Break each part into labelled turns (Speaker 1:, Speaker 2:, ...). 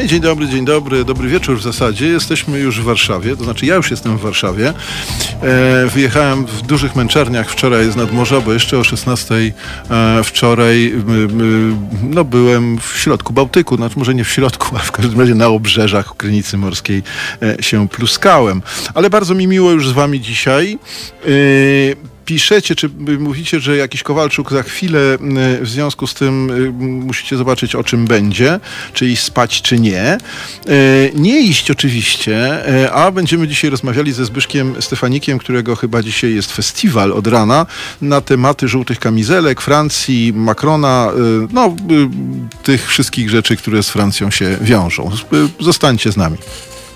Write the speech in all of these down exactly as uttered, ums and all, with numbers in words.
Speaker 1: i dzień dobry, dzień dobry, dobry wieczór w zasadzie. Jesteśmy już w Warszawie, to znaczy ja już jestem w Warszawie. E, wyjechałem w dużych męczarniach wczoraj z nadmorza, bo jeszcze o szesnastej e, wczoraj e, no, byłem w środku Bałtyku, znaczy może nie w środku, ale w każdym razie na obrzeżach Krynicy Morskiej e, się pluskałem. Ale bardzo mi miło już z wami dzisiaj. E, Piszecie, czy mówicie, że jakiś Kowalczuk za chwilę, w związku z tym musicie zobaczyć, o czym będzie, czy iść spać, czy nie. Nie iść oczywiście, a będziemy dzisiaj rozmawiali ze Zbyszkiem Stefanikiem, którego chyba dzisiaj jest festiwal od rana, na tematy żółtych kamizelek, Francji, Macrona, no tych wszystkich rzeczy, które z Francją się wiążą. Zostańcie z nami.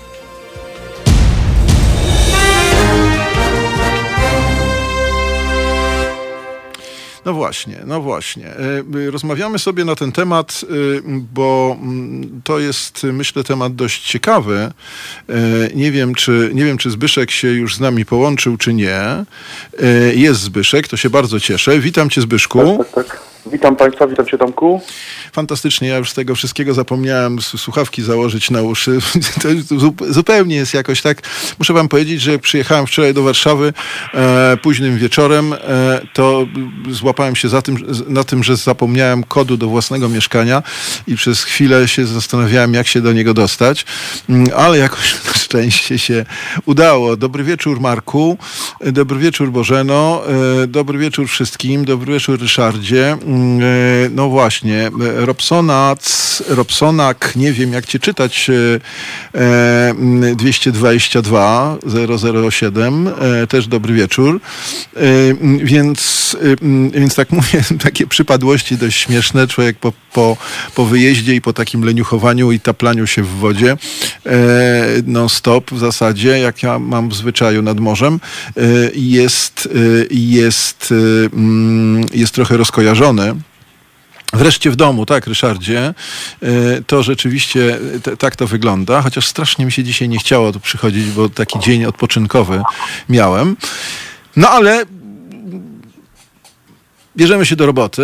Speaker 1: No właśnie, no właśnie. Rozmawiamy sobie na ten temat, bo to jest, myślę, temat dość ciekawy. Nie wiem, czy, nie wiem, czy Zbyszek się już z nami połączył, czy nie. Jest Zbyszek, to się bardzo cieszę. Witam cię, Zbyszku.
Speaker 2: Tak, tak, tak. Witam Państwa, witam Cię, Tomku.
Speaker 1: Fantastycznie, ja już z tego wszystkiego zapomniałem słuchawki założyć na uszy. To zupełnie jest jakoś tak. Muszę wam powiedzieć, że jak przyjechałem wczoraj do Warszawy e, późnym wieczorem, e, to złapałem się za tym, na tym, że zapomniałem kodu do własnego mieszkania i przez chwilę się zastanawiałem, jak się do niego dostać, ale jakoś na szczęście się udało. Dobry wieczór, Marku. Dobry wieczór, Bożeno. E, dobry wieczór wszystkim. Dobry wieczór, Ryszardzie. No właśnie, Robsonac, Robsonak, nie wiem jak cię czytać, dwieście dwadzieścia dwa zero zero siedem, też dobry wieczór. Więc, więc tak mówię, takie przypadłości dość śmieszne. Człowiek po, po, po wyjeździe i po takim leniuchowaniu i taplaniu się w wodzie non stop w zasadzie, jak ja mam w zwyczaju nad morzem, jest, jest, jest trochę rozkojarzony. Wreszcie w domu, tak, Ryszardzie, to rzeczywiście t- tak to wygląda, chociaż strasznie mi się dzisiaj nie chciało tu przychodzić, bo taki dzień odpoczynkowy miałem. No ale bierzemy się do roboty.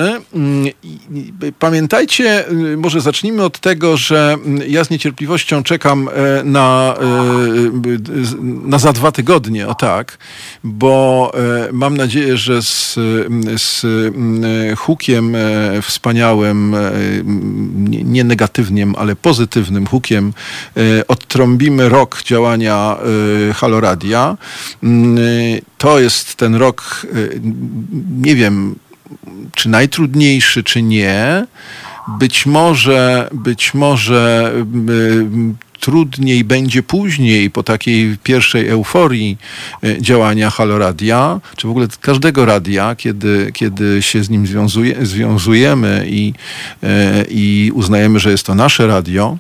Speaker 1: Pamiętajcie, może zacznijmy od tego, że ja z niecierpliwością czekam na, na za dwa tygodnie, o tak, bo mam nadzieję, że z, z hukiem wspaniałym, nie negatywnym, ale pozytywnym hukiem odtrąbimy rok działania Halo Radia. To jest ten rok, nie wiem, czy najtrudniejszy, czy nie. Być może, być może y, trudniej będzie później, po takiej pierwszej euforii y, działania Halo Radia, czy w ogóle każdego radia, kiedy, kiedy się z nim związuje, związujemy i, y, i uznajemy, że jest to nasze radio.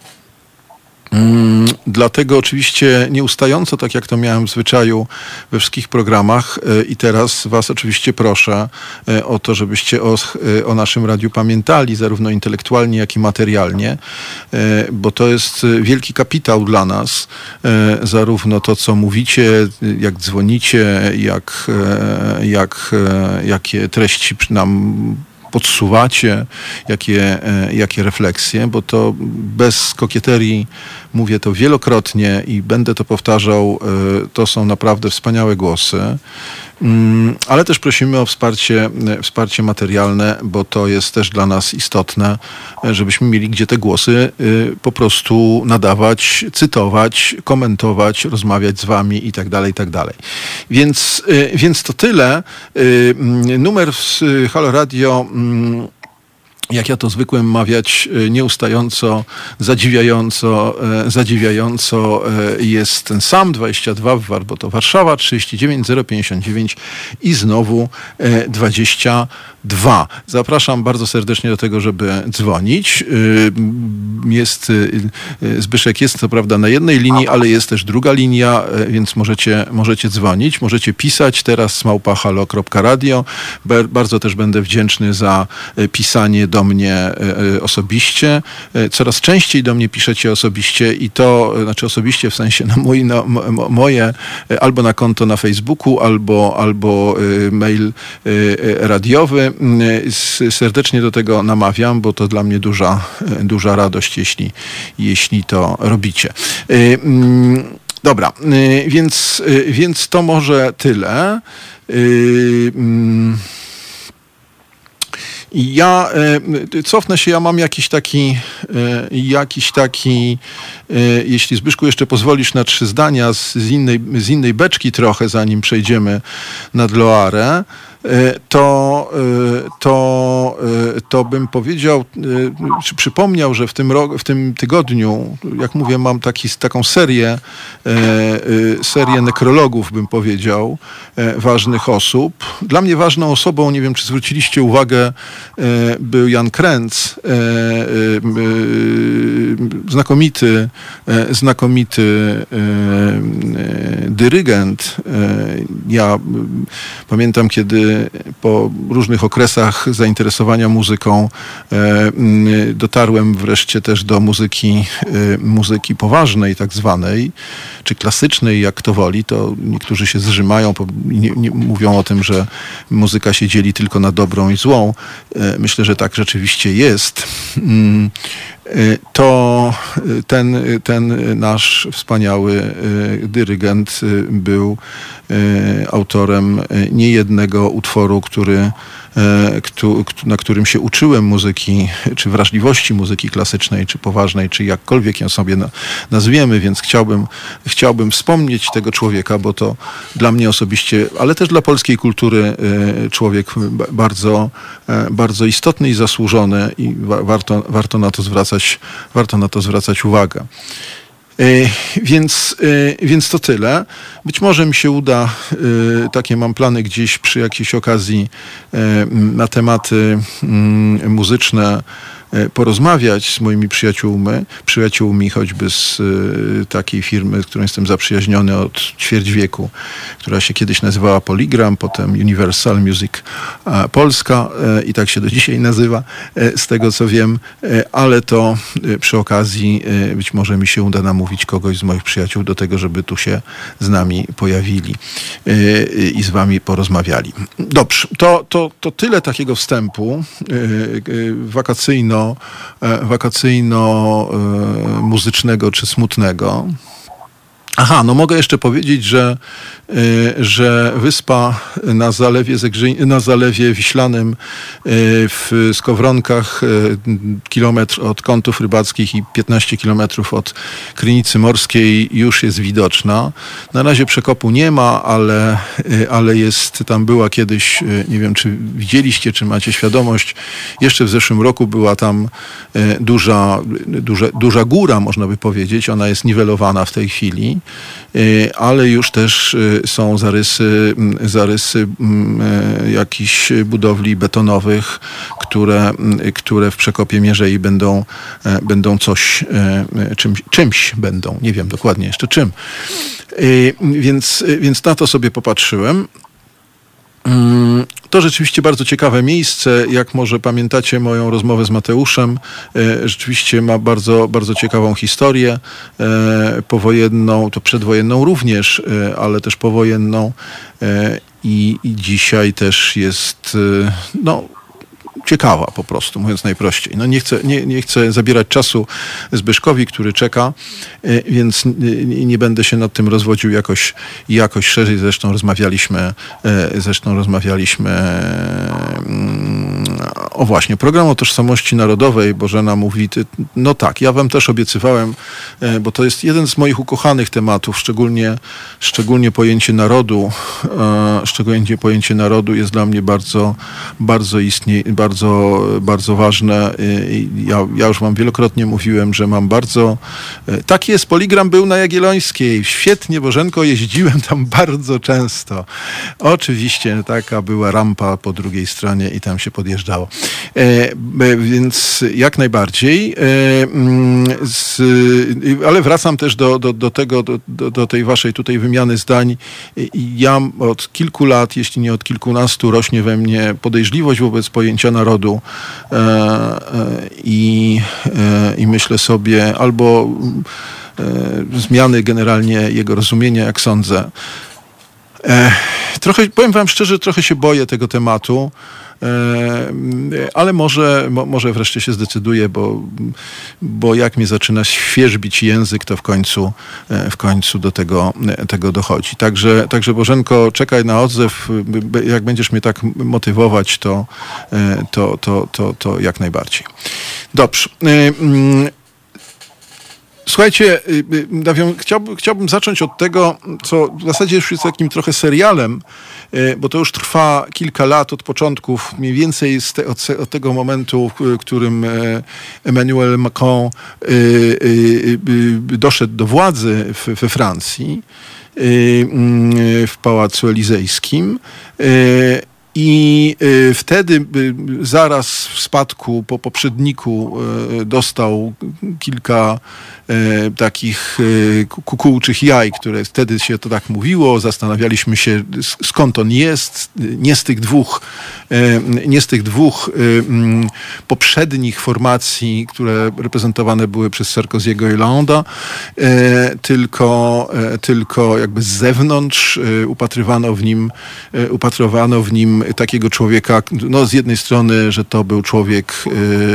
Speaker 1: Mm, dlatego oczywiście nieustająco, tak jak to miałem w zwyczaju we wszystkich programach y, i teraz was oczywiście proszę y, o to, żebyście o, y, o naszym radiu pamiętali, zarówno intelektualnie, jak i materialnie, y, bo to jest wielki kapitał dla nas, y, zarówno to, co mówicie, jak dzwonicie, jak, y, jak, y, jakie treści nam podsuwacie, jakie, jakie refleksje, bo to bez kokieterii, mówię to wielokrotnie i będę to powtarzał, to są naprawdę wspaniałe głosy, ale też prosimy o wsparcie, wsparcie materialne, bo to jest też dla nas istotne, żebyśmy mieli gdzie te głosy po prostu nadawać, cytować, komentować, rozmawiać z wami i tak dalej, i tak dalej. Więc, więc to tyle. Numer z Halo Radio, jak ja to zwykłem mawiać, nieustająco, zadziwiająco, zadziwiająco jest ten sam, dwadzieścia dwa, bo to Warszawa, trzydzieści dziewięć zero pięćdziesiąt dziewięć i znowu dwadzieścia dwa. Zapraszam bardzo serdecznie do tego, żeby dzwonić. Jest, Zbyszek jest co prawda na jednej linii, ale jest też druga linia, więc możecie, możecie dzwonić, możecie pisać teraz małpa halo kropka radio. Bardzo też będę wdzięczny za pisanie do mnie osobiście. Coraz częściej do mnie piszecie osobiście i to, znaczy osobiście w sensie na mój, na moje, albo na konto na Facebooku, albo, albo mail radiowy. Serdecznie do tego namawiam, bo to dla mnie duża, duża radość, jeśli, jeśli to robicie. Dobra, więc, więc to może tyle. Ja cofnę się, ja mam jakiś taki, jakiś taki, jeśli Zbyszku jeszcze pozwolisz na trzy zdania z, z, innej, z innej beczki trochę, zanim przejdziemy nad Loarę, to, to, to bym powiedział, czy przypomniał, że w tym, rok, w tym tygodniu, jak mówię, mam taki, taką serię, serię nekrologów, bym powiedział, ważnych osób. Dla mnie ważną osobą, nie wiem, czy zwróciliście uwagę, był Jan Krenz, znakomity, znakomity dyrygent. Ja pamiętam, kiedy po różnych okresach zainteresowania muzyką dotarłem wreszcie też do muzyki, muzyki poważnej, tak zwanej, czy klasycznej, jak kto woli, to niektórzy się zrzymają, nie, nie mówią o tym, że muzyka się dzieli tylko na dobrą i złą. Myślę, że tak rzeczywiście jest. To ten, ten nasz wspaniały dyrygent był autorem niejednego utworu, który, na którym się uczyłem muzyki, czy wrażliwości muzyki klasycznej, czy poważnej, czy jakkolwiek ją sobie nazwiemy, więc chciałbym, chciałbym wspomnieć tego człowieka, bo to dla mnie osobiście, ale też dla polskiej kultury człowiek bardzo, bardzo istotny i zasłużony i warto, warto na to zwracać, warto na to zwracać uwagę. Więc, więc to tyle. Być może mi się uda, takie mam plany gdzieś przy jakiejś okazji na tematy muzyczne porozmawiać z moimi przyjaciółmi, przyjaciółmi choćby z takiej firmy, z którą jestem zaprzyjaźniony od ćwierć wieku, która się kiedyś nazywała Polygram, potem Universal Music Polska i tak się do dzisiaj nazywa, z tego co wiem, ale to przy okazji być może mi się uda namówić kogoś z moich przyjaciół do tego, żeby tu się z nami pojawili i z wami porozmawiali. Dobrze, to, to, to tyle takiego wstępu wakacyjno wakacyjno-muzycznego czy smutnego. Aha, no mogę jeszcze powiedzieć, że, że wyspa na zalewie, Zegrzy- na zalewie Wiślanym w Skowronkach, kilometr od Kątów Rybackich i piętnaście kilometrów od Krynicy Morskiej już jest widoczna. Na razie przekopu nie ma, ale, ale jest, tam była kiedyś, nie wiem czy widzieliście, czy macie świadomość, jeszcze w zeszłym roku była tam duża, duża, duża góra, można by powiedzieć, ona jest niwelowana w tej chwili, ale już też są zarysy, zarysy jakichś budowli betonowych, które, które w Przekopie Mierzei będą, będą coś, czymś, czymś będą, nie wiem dokładnie jeszcze czym. Więc, więc na to sobie popatrzyłem. To rzeczywiście bardzo ciekawe miejsce. Jak może pamiętacie moją rozmowę z Mateuszem, rzeczywiście ma bardzo, bardzo ciekawą historię powojenną, to przedwojenną również, ale też powojenną i, i dzisiaj też jest no, ciekawa po prostu, mówiąc najprościej. No nie chcę, nie, nie chcę zabierać czasu Zbyszkowi, który czeka, więc nie, nie będę się nad tym rozwodził jakoś, jakoś szerzej. Zresztą rozmawialiśmy, zresztą rozmawialiśmy o właśnie, program o tożsamości narodowej. Bożena mówi, no tak, ja wam też obiecywałem, bo to jest jeden z moich ukochanych tematów, szczególnie, szczególnie pojęcie narodu, szczególnie pojęcie narodu jest dla mnie bardzo, bardzo istnie, bardzo Bardzo, bardzo ważne. Ja, ja już wam wielokrotnie mówiłem, że mam bardzo... Tak jest, Polygram był na Jagiellońskiej. Świetnie, Bożenko, jeździłem tam bardzo często. Oczywiście taka była rampa po drugiej stronie i tam się podjeżdżało. Więc jak najbardziej. Z, ale wracam też do, do, do tego, do, do tej waszej tutaj wymiany zdań. Ja od kilku lat, jeśli nie od kilkunastu, rośnie we mnie podejrzliwość wobec pojęcia narodu i, i myślę sobie albo zmiany generalnie jego rozumienia, jak sądzę. Trochę, powiem wam szczerze, trochę się boję tego tematu, ale może, może wreszcie się zdecyduję, bo, bo jak mnie zaczyna świerzbić język, to w końcu, w końcu do tego, tego dochodzi. Także, także Bożenko, czekaj na odzew. Jak będziesz mnie tak motywować, to, to, to, to, to jak najbardziej. Dobrze. Słuchajcie, chciałbym, chciałbym zacząć od tego, co w zasadzie już jest takim trochę serialem, bo to już trwa kilka lat od początków, mniej więcej z te, od, od tego momentu, w którym Emmanuel Macron doszedł do władzy we Francji, w Pałacu Elizejskim. I wtedy zaraz w spadku po poprzedniku dostał kilka takich kukułczych jaj, które wtedy się to tak mówiło. Zastanawialiśmy się, skąd on jest. Nie z tych dwóch, nie z tych dwóch poprzednich formacji, które reprezentowane były przez Sarkozy'ego i Hollande'a, tylko, tylko jakby z zewnątrz upatrywano w nim, upatrywano w nim takiego człowieka, no z jednej strony, że to był człowiek yy,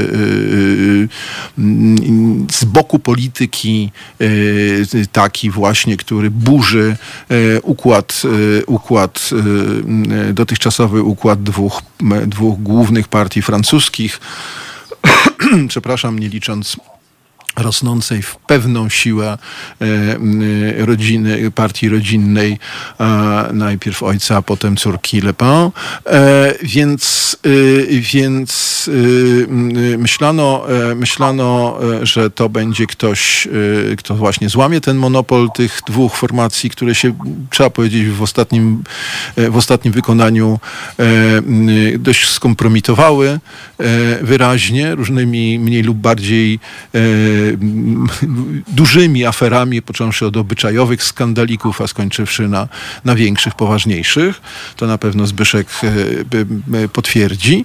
Speaker 1: yy, z boku polityki, yy, taki właśnie, który burzy yy, układ, yy, układ yy, dotychczasowy układ dwóch, dwóch głównych partii francuskich. Przepraszam, nie licząc rosnącej w pewną siłę e, rodziny, partii rodzinnej, e, najpierw ojca, a potem córki Le Pen. E, więc e, więc e, myślano, e, myślano, że to będzie ktoś, e, kto właśnie złamie ten monopol tych dwóch formacji, które się, trzeba powiedzieć, w ostatnim, e, w ostatnim wykonaniu e, dość skompromitowały e, wyraźnie, różnymi mniej lub bardziej e, dużymi aferami, począwszy od obyczajowych skandalików, a skończywszy na, na większych, poważniejszych. To na pewno Zbyszek potwierdzi.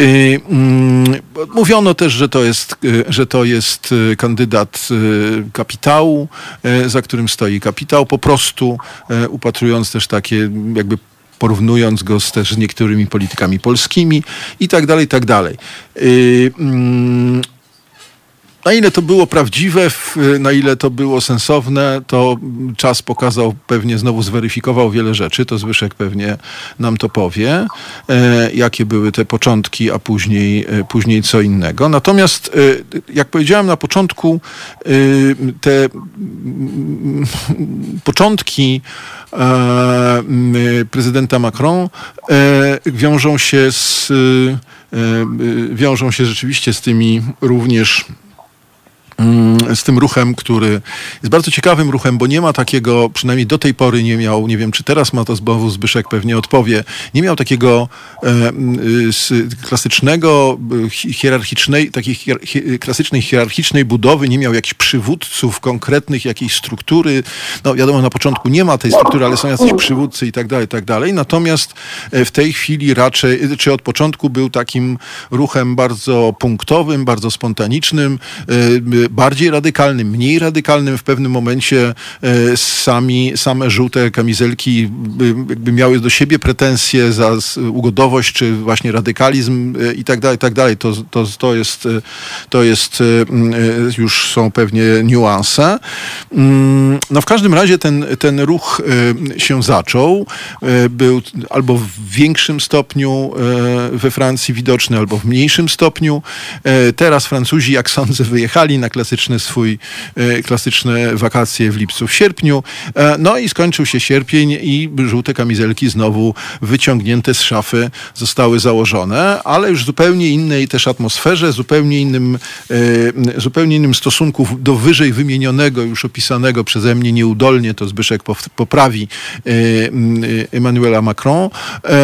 Speaker 1: Mówiono też, że to jest, że to jest kandydat kapitału, za którym stoi kapitał, po prostu upatrując też takie jakby porównując go z też z niektórymi politykami polskimi i tak dalej, i tak dalej. Na ile to było prawdziwe, na ile to było sensowne, to czas pokazał, pewnie znowu zweryfikował wiele rzeczy, to Zbyszek pewnie nam to powie, e, jakie były te początki, a później, e, później co innego. Natomiast, e, jak powiedziałem na początku, e, te m, początki e, prezydenta Macron e, wiążą się z, e, wiążą się rzeczywiście z tymi również z tym ruchem, który jest bardzo ciekawym ruchem, bo nie ma takiego, przynajmniej do tej pory nie miał, nie wiem czy teraz ma to znowu Zbyszek pewnie odpowie, nie miał takiego e, klasycznego, hierarchicznej, takiej hier, klasycznej hierarchicznej budowy, nie miał jakichś przywódców konkretnych, jakiejś struktury. No wiadomo, na początku nie ma tej struktury, ale są jacyś przywódcy i tak dalej, i tak dalej. Natomiast w tej chwili raczej, czy od początku był takim ruchem bardzo punktowym, bardzo spontanicznym, bardziej radykalnym, mniej radykalnym. W pewnym momencie e, sami, same żółte kamizelki jakby miały do siebie pretensje za ugodowość, czy właśnie radykalizm e, i tak dalej, i tak dalej. To, to, to jest, to jest e, już są pewnie niuanse. Mm, no w każdym razie ten, ten ruch e, się zaczął. E, był albo w większym stopniu e, we Francji widoczny, albo w mniejszym stopniu. E, teraz Francuzi, jak sądzę, wyjechali na klasyczny swój, e, klasyczne wakacje w lipcu, w sierpniu. E, no i skończył się sierpień i żółte kamizelki znowu wyciągnięte z szafy zostały założone, ale już w zupełnie innej też atmosferze, zupełnie innym, e, zupełnie innym stosunku do wyżej wymienionego, już opisanego przeze mnie nieudolnie, to Zbyszek poprawi, e, Emmanuela Macron. E,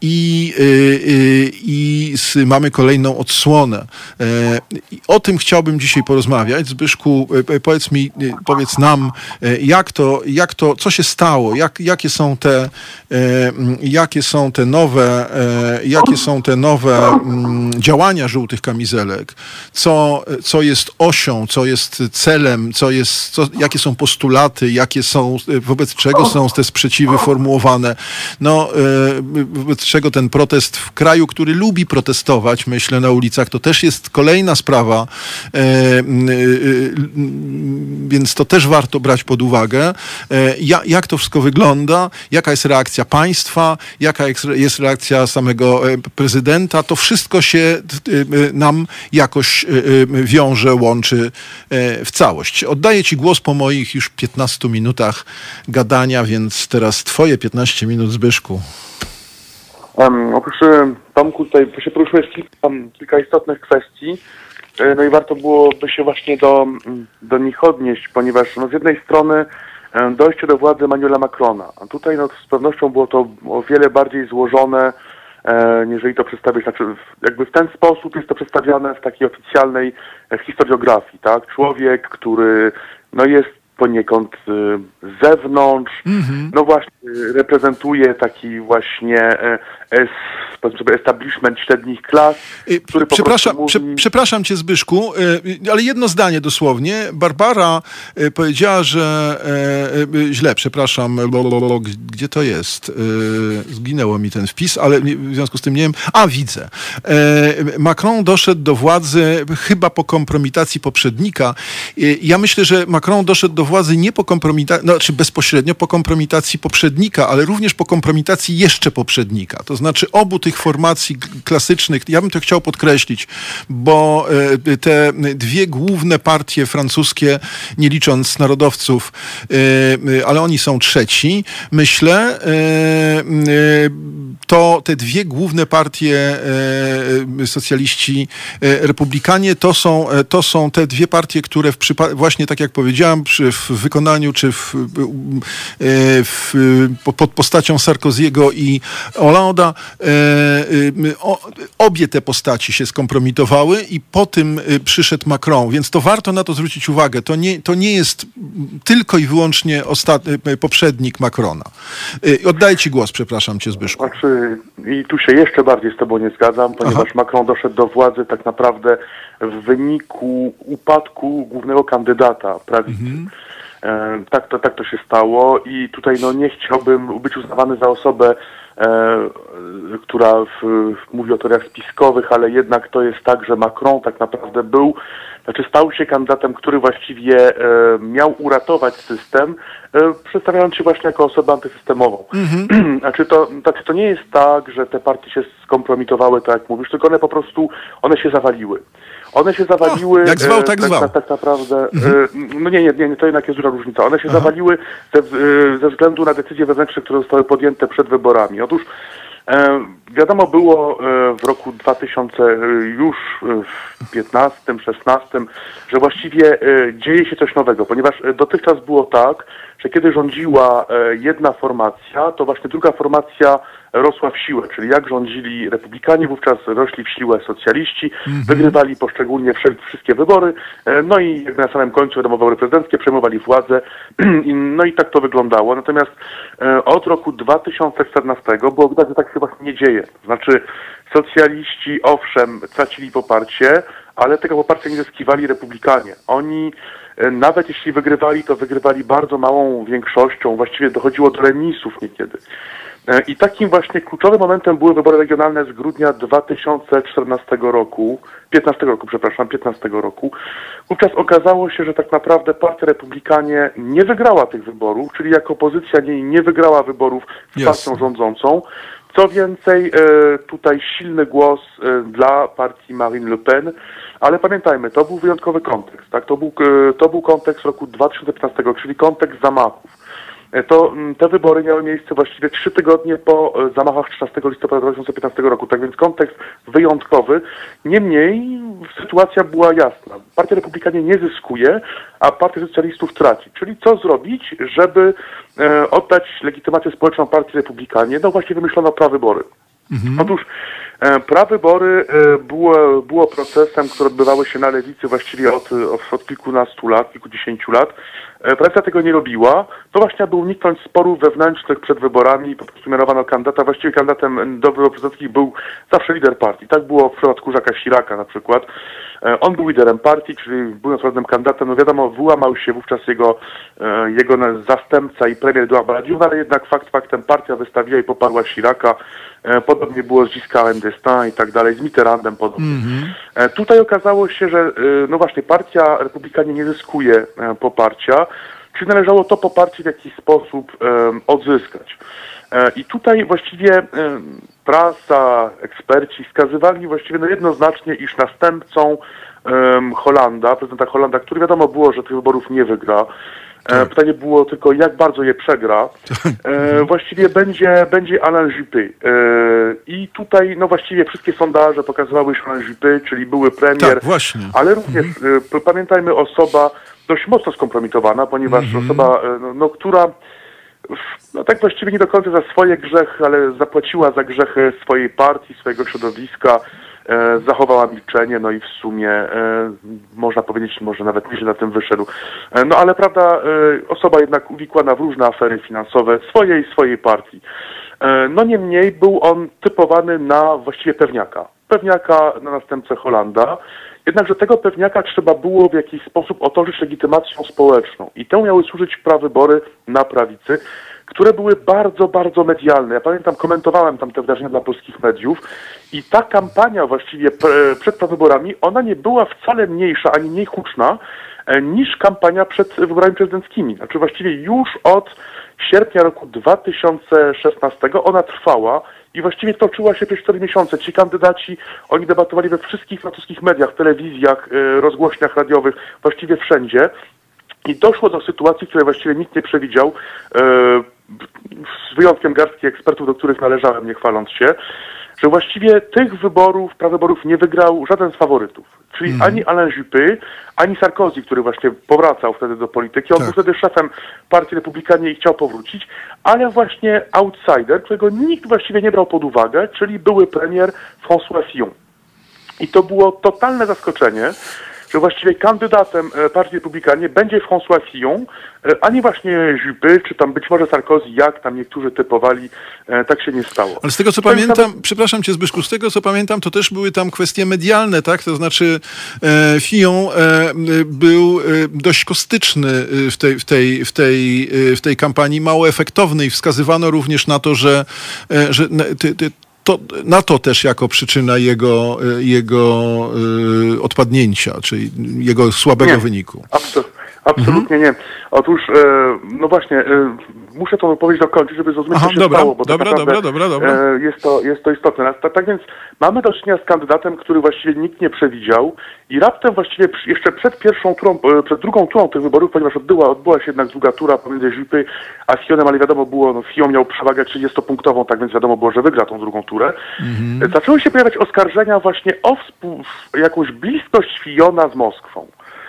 Speaker 1: i, i mamy kolejną odsłonę. O tym chciałbym dzisiaj porozmawiać. Zbyszku, powiedz mi, powiedz nam, jak to, jak to, co się stało, jak, jakie są te, jakie są te nowe, jakie są te nowe działania żółtych kamizelek, co, co jest osią, co jest celem, co jest, co, jakie są postulaty, jakie są, wobec czego są te sprzeciwy formułowane. No, wobec czego ten protest w kraju, który lubi protestować, myślę, na ulicach, to też jest kolejna sprawa, więc to też warto brać pod uwagę. Jak to wszystko wygląda, jaka jest reakcja państwa, jaka jest reakcja samego prezydenta, to wszystko się nam jakoś wiąże, łączy w całość. Oddaję Ci głos po moich już piętnastu minutach gadania, więc teraz Twoje piętnaście minut, Zbyszku.
Speaker 2: Um, oprócz Tomku tutaj się poruszyłeś kilka, kilka istotnych kwestii, no i warto byłoby się właśnie do, do nich odnieść, ponieważ no, z jednej strony dojście do władzy Emmanuela Macrona, a tutaj no, z pewnością było to o wiele bardziej złożone, e, jeżeli to przedstawić, znaczy jakby w ten sposób jest to przedstawiane w takiej oficjalnej historiografii, tak? Człowiek, który no, jest poniekąd y, z zewnątrz, mm-hmm. no właśnie reprezentuje taki właśnie e, es, sobie establishment średnich klas, który po
Speaker 1: przepraszam,
Speaker 2: mówi...
Speaker 1: prze, przepraszam Cię, Zbyszku, ale jedno zdanie dosłownie. Barbara powiedziała, że e, źle, przepraszam, gdzie to jest? Zginęło mi ten wpis, ale w związku z tym nie wiem. A, widzę. Macron doszedł do władzy chyba po kompromitacji poprzednika. Ja myślę, że Macron doszedł do władzy nie po kompromitacji, znaczy bezpośrednio po kompromitacji poprzednika, ale również po kompromitacji jeszcze poprzednika. To znaczy obu tych formacji klasycznych, ja bym to chciał podkreślić, bo te dwie główne partie francuskie, nie licząc narodowców, ale oni są trzeci, myślę, to te dwie główne partie, socjaliści, republikanie, to są, to są te dwie partie, które w przypa- właśnie tak jak powiedziałem, przy, w wykonaniu, czy w, w, pod postacią Sarkozy'ego i Hollande'a, obie te postaci się skompromitowały i po tym przyszedł Macron, więc to warto na to zwrócić uwagę. To nie, to nie jest tylko i wyłącznie ostatni, poprzednik Macrona. Oddaję Ci głos, przepraszam Cię, Zbyszku.
Speaker 2: Znaczy, i tu się jeszcze bardziej z Tobą nie zgadzam, ponieważ Aha. Macron doszedł do władzy tak naprawdę w wyniku upadku głównego kandydata prawicy. Mhm. E, tak, to, tak to się stało i tutaj no, nie chciałbym być uznawany za osobę, e, która w, w, mówi o teoriach spiskowych, ale jednak to jest tak, że Macron tak naprawdę był, znaczy stał się kandydatem, który właściwie e, miał uratować system, e, przedstawiając się właśnie jako osobę antysystemową. Mm-hmm. Znaczy to, znaczy to nie jest tak, że te partie się skompromitowały, tak jak mówisz, tylko one po prostu, one się zawaliły. One się zawaliły...
Speaker 1: O, jak zwał, tak, tak zwał.
Speaker 2: Tak, tak naprawdę... Mhm. No nie, nie, nie, to jednak jest duża różnica. One się Aha. zawaliły ze, ze względu na decyzje wewnętrzne, które zostały podjęte przed wyborami. Otóż e, wiadomo było e, w roku dwa tysiące już w piętnastym, szesnastym, że właściwie e, dzieje się coś nowego, ponieważ dotychczas było tak, że kiedy rządziła e, jedna formacja, to właśnie druga formacja rosła w siłę, czyli jak rządzili republikanie, wówczas rośli w siłę socjaliści, mm-hmm. wygrywali poszczególnie wszystkie wybory, no i jakby na samym końcu wiadomo, wybory prezydenckie, przejmowali władzę, no i tak to wyglądało. Natomiast od roku dwa tysiące czternastego było widać, że tak się właśnie nie dzieje. Znaczy socjaliści owszem tracili poparcie, ale tego poparcia nie zyskiwali republikanie. Oni nawet jeśli wygrywali, to wygrywali bardzo małą większością, właściwie dochodziło do remisów niekiedy. I takim właśnie kluczowym momentem były wybory regionalne z grudnia dwa tysiące czternastego roku, piętnastego roku, przepraszam, piętnastego roku. Wówczas okazało się, że tak naprawdę partia Republikanie nie wygrała tych wyborów, czyli jako opozycja nie, nie wygrała wyborów z yes. partią rządzącą. Co więcej, tutaj silny głos dla partii Marine Le Pen, ale pamiętajmy, to był wyjątkowy kontekst, tak? To był, to był kontekst roku dwa tysiące piętnastego, czyli kontekst zamachów. To te wybory miały miejsce właściwie trzy tygodnie po zamachach trzynastego listopada dwa tysiące piętnastego roku. Tak więc kontekst wyjątkowy. Niemniej sytuacja była jasna. Partia Republikanie nie zyskuje, a Partia Socjalistów traci. Czyli co zrobić, żeby e, oddać legitymację społeczną Partii Republikanie? No właśnie wymyślono prawybory. Mhm. Otóż e, prawybory e, było, było procesem, które odbywały się na lewicy właściwie od, od, od kilkunastu lat, kilkudziesięciu lat. E, prawica tego nie robiła. To właśnie, aby uniknąć sporów wewnętrznych przed wyborami, po prostu mianowano kandydata. Właściwie kandydatem do wyborów prezydenckich był zawsze lider partii. Tak było w przypadku Jacques'a Chiraca na przykład. E, on był liderem partii, czyli był naturalnym kandydatem. No wiadomo, wyłamał się wówczas jego, e, jego zastępca i premier Edouard Balladur, ale jednak fakt faktem partia wystawiła i poparła Chiraca. E, podobnie było z Giscardem d'Estaing i tak dalej, z Mitterrandem podobnie. Mm-hmm. E, tutaj okazało się, że e, no właśnie partia Republikanie nie zyskuje e, poparcia, czyli należało to poparcie w jakiś sposób e, odzyskać. E, I tutaj właściwie e, prasa, eksperci wskazywali właściwie no jednoznacznie, iż następcą e, Hollanda, prezydenta Hollanda, który wiadomo było, że tych wyborów nie wygra, E, pytanie było tylko, jak bardzo je przegra. E, właściwie będzie, będzie Alain Juppé. E, I tutaj, no właściwie wszystkie sondaże pokazywały, że Alain Juppé, czyli były premier,
Speaker 1: tak, właśnie.
Speaker 2: ale również, mhm. e, pamiętajmy, osoba dość mocno skompromitowana, ponieważ mhm. osoba, e, no, no, która no tak właściwie nie do końca za swoje grzechy, ale zapłaciła za grzechy swojej partii, swojego środowiska, E, zachowała milczenie, no i w sumie e, można powiedzieć, może nawet nieźle na tym wyszedł. E, no ale prawda, e, osoba jednak uwikłana w różne afery finansowe swojej swojej partii. E, no niemniej był on typowany na właściwie pewniaka. Pewniaka na następcę Hollanda. Jednakże tego pewniaka trzeba było w jakiś sposób otoczyć legitymacją społeczną. I temu miały służyć prawybory na prawicy, które były bardzo, bardzo medialne. Ja pamiętam, komentowałem tam te wydarzenia dla polskich mediów i ta kampania właściwie przed prawyborami, ona nie była wcale mniejsza, ani mniej huczna niż kampania przed wyborami prezydenckimi. Znaczy właściwie już od sierpnia roku dwa tysiące szesnastego ona trwała i właściwie toczyła się przez cztery miesiące. Ci kandydaci, oni debatowali we wszystkich francuskich mediach, telewizjach, rozgłośniach radiowych, właściwie wszędzie. I doszło do sytuacji, której właściwie nikt nie przewidział, e, z wyjątkiem garstki ekspertów, do których należałem, nie chwaląc się, że właściwie tych wyborów, prawyborów nie wygrał żaden z faworytów. Czyli mm. ani Alain Juppé, ani Sarkozy, który właśnie powracał wtedy do polityki. On tak. był wtedy szefem partii Republikanie i chciał powrócić, ale właśnie outsider, którego nikt właściwie nie brał pod uwagę, czyli były premier François Fillon. I to było totalne zaskoczenie, że właściwie kandydatem partii Republikanie będzie François Fillon, a nie właśnie Juppé, czy tam być może Sarkozy, jak tam niektórzy typowali, tak się nie stało.
Speaker 1: Ale z tego co to pamiętam, tam... przepraszam cię Zbyszku, z tego co pamiętam, to też były tam kwestie medialne, tak? To znaczy e, Fillon e, był e, dość kostyczny w tej, w, tej, w, tej, w tej kampanii, mało efektowny i wskazywano również na to, że, e, że ty, ty, To, na to też jako przyczyna jego, jego y, odpadnięcia, czyli jego słabego
Speaker 2: nie,
Speaker 1: wyniku.
Speaker 2: Absol- absolutnie mhm. nie. Otóż, e, no właśnie, e, muszę tą wypowiedź dokończyć, żeby zrozumieć, Aha, co się
Speaker 1: dobra,
Speaker 2: stało, bo
Speaker 1: dobra,
Speaker 2: tak
Speaker 1: dobra, dobra, dobra.
Speaker 2: E, jest, to, jest to istotne. Tak, tak więc mamy do czynienia z kandydatem, który właściwie nikt nie przewidział i raptem właściwie jeszcze przed pierwszą turą, przed drugą turą tych wyborów, ponieważ odbyła, odbyła się jednak druga tura pomiędzy Juppé a Fillonem, ale wiadomo było, no Fillon miał przewagę trzydziestopunktową, tak więc wiadomo było, że wygra tą drugą turę. Mhm. Zaczęły się pojawiać oskarżenia właśnie o współ, jakąś bliskość Fillona z Moskwą.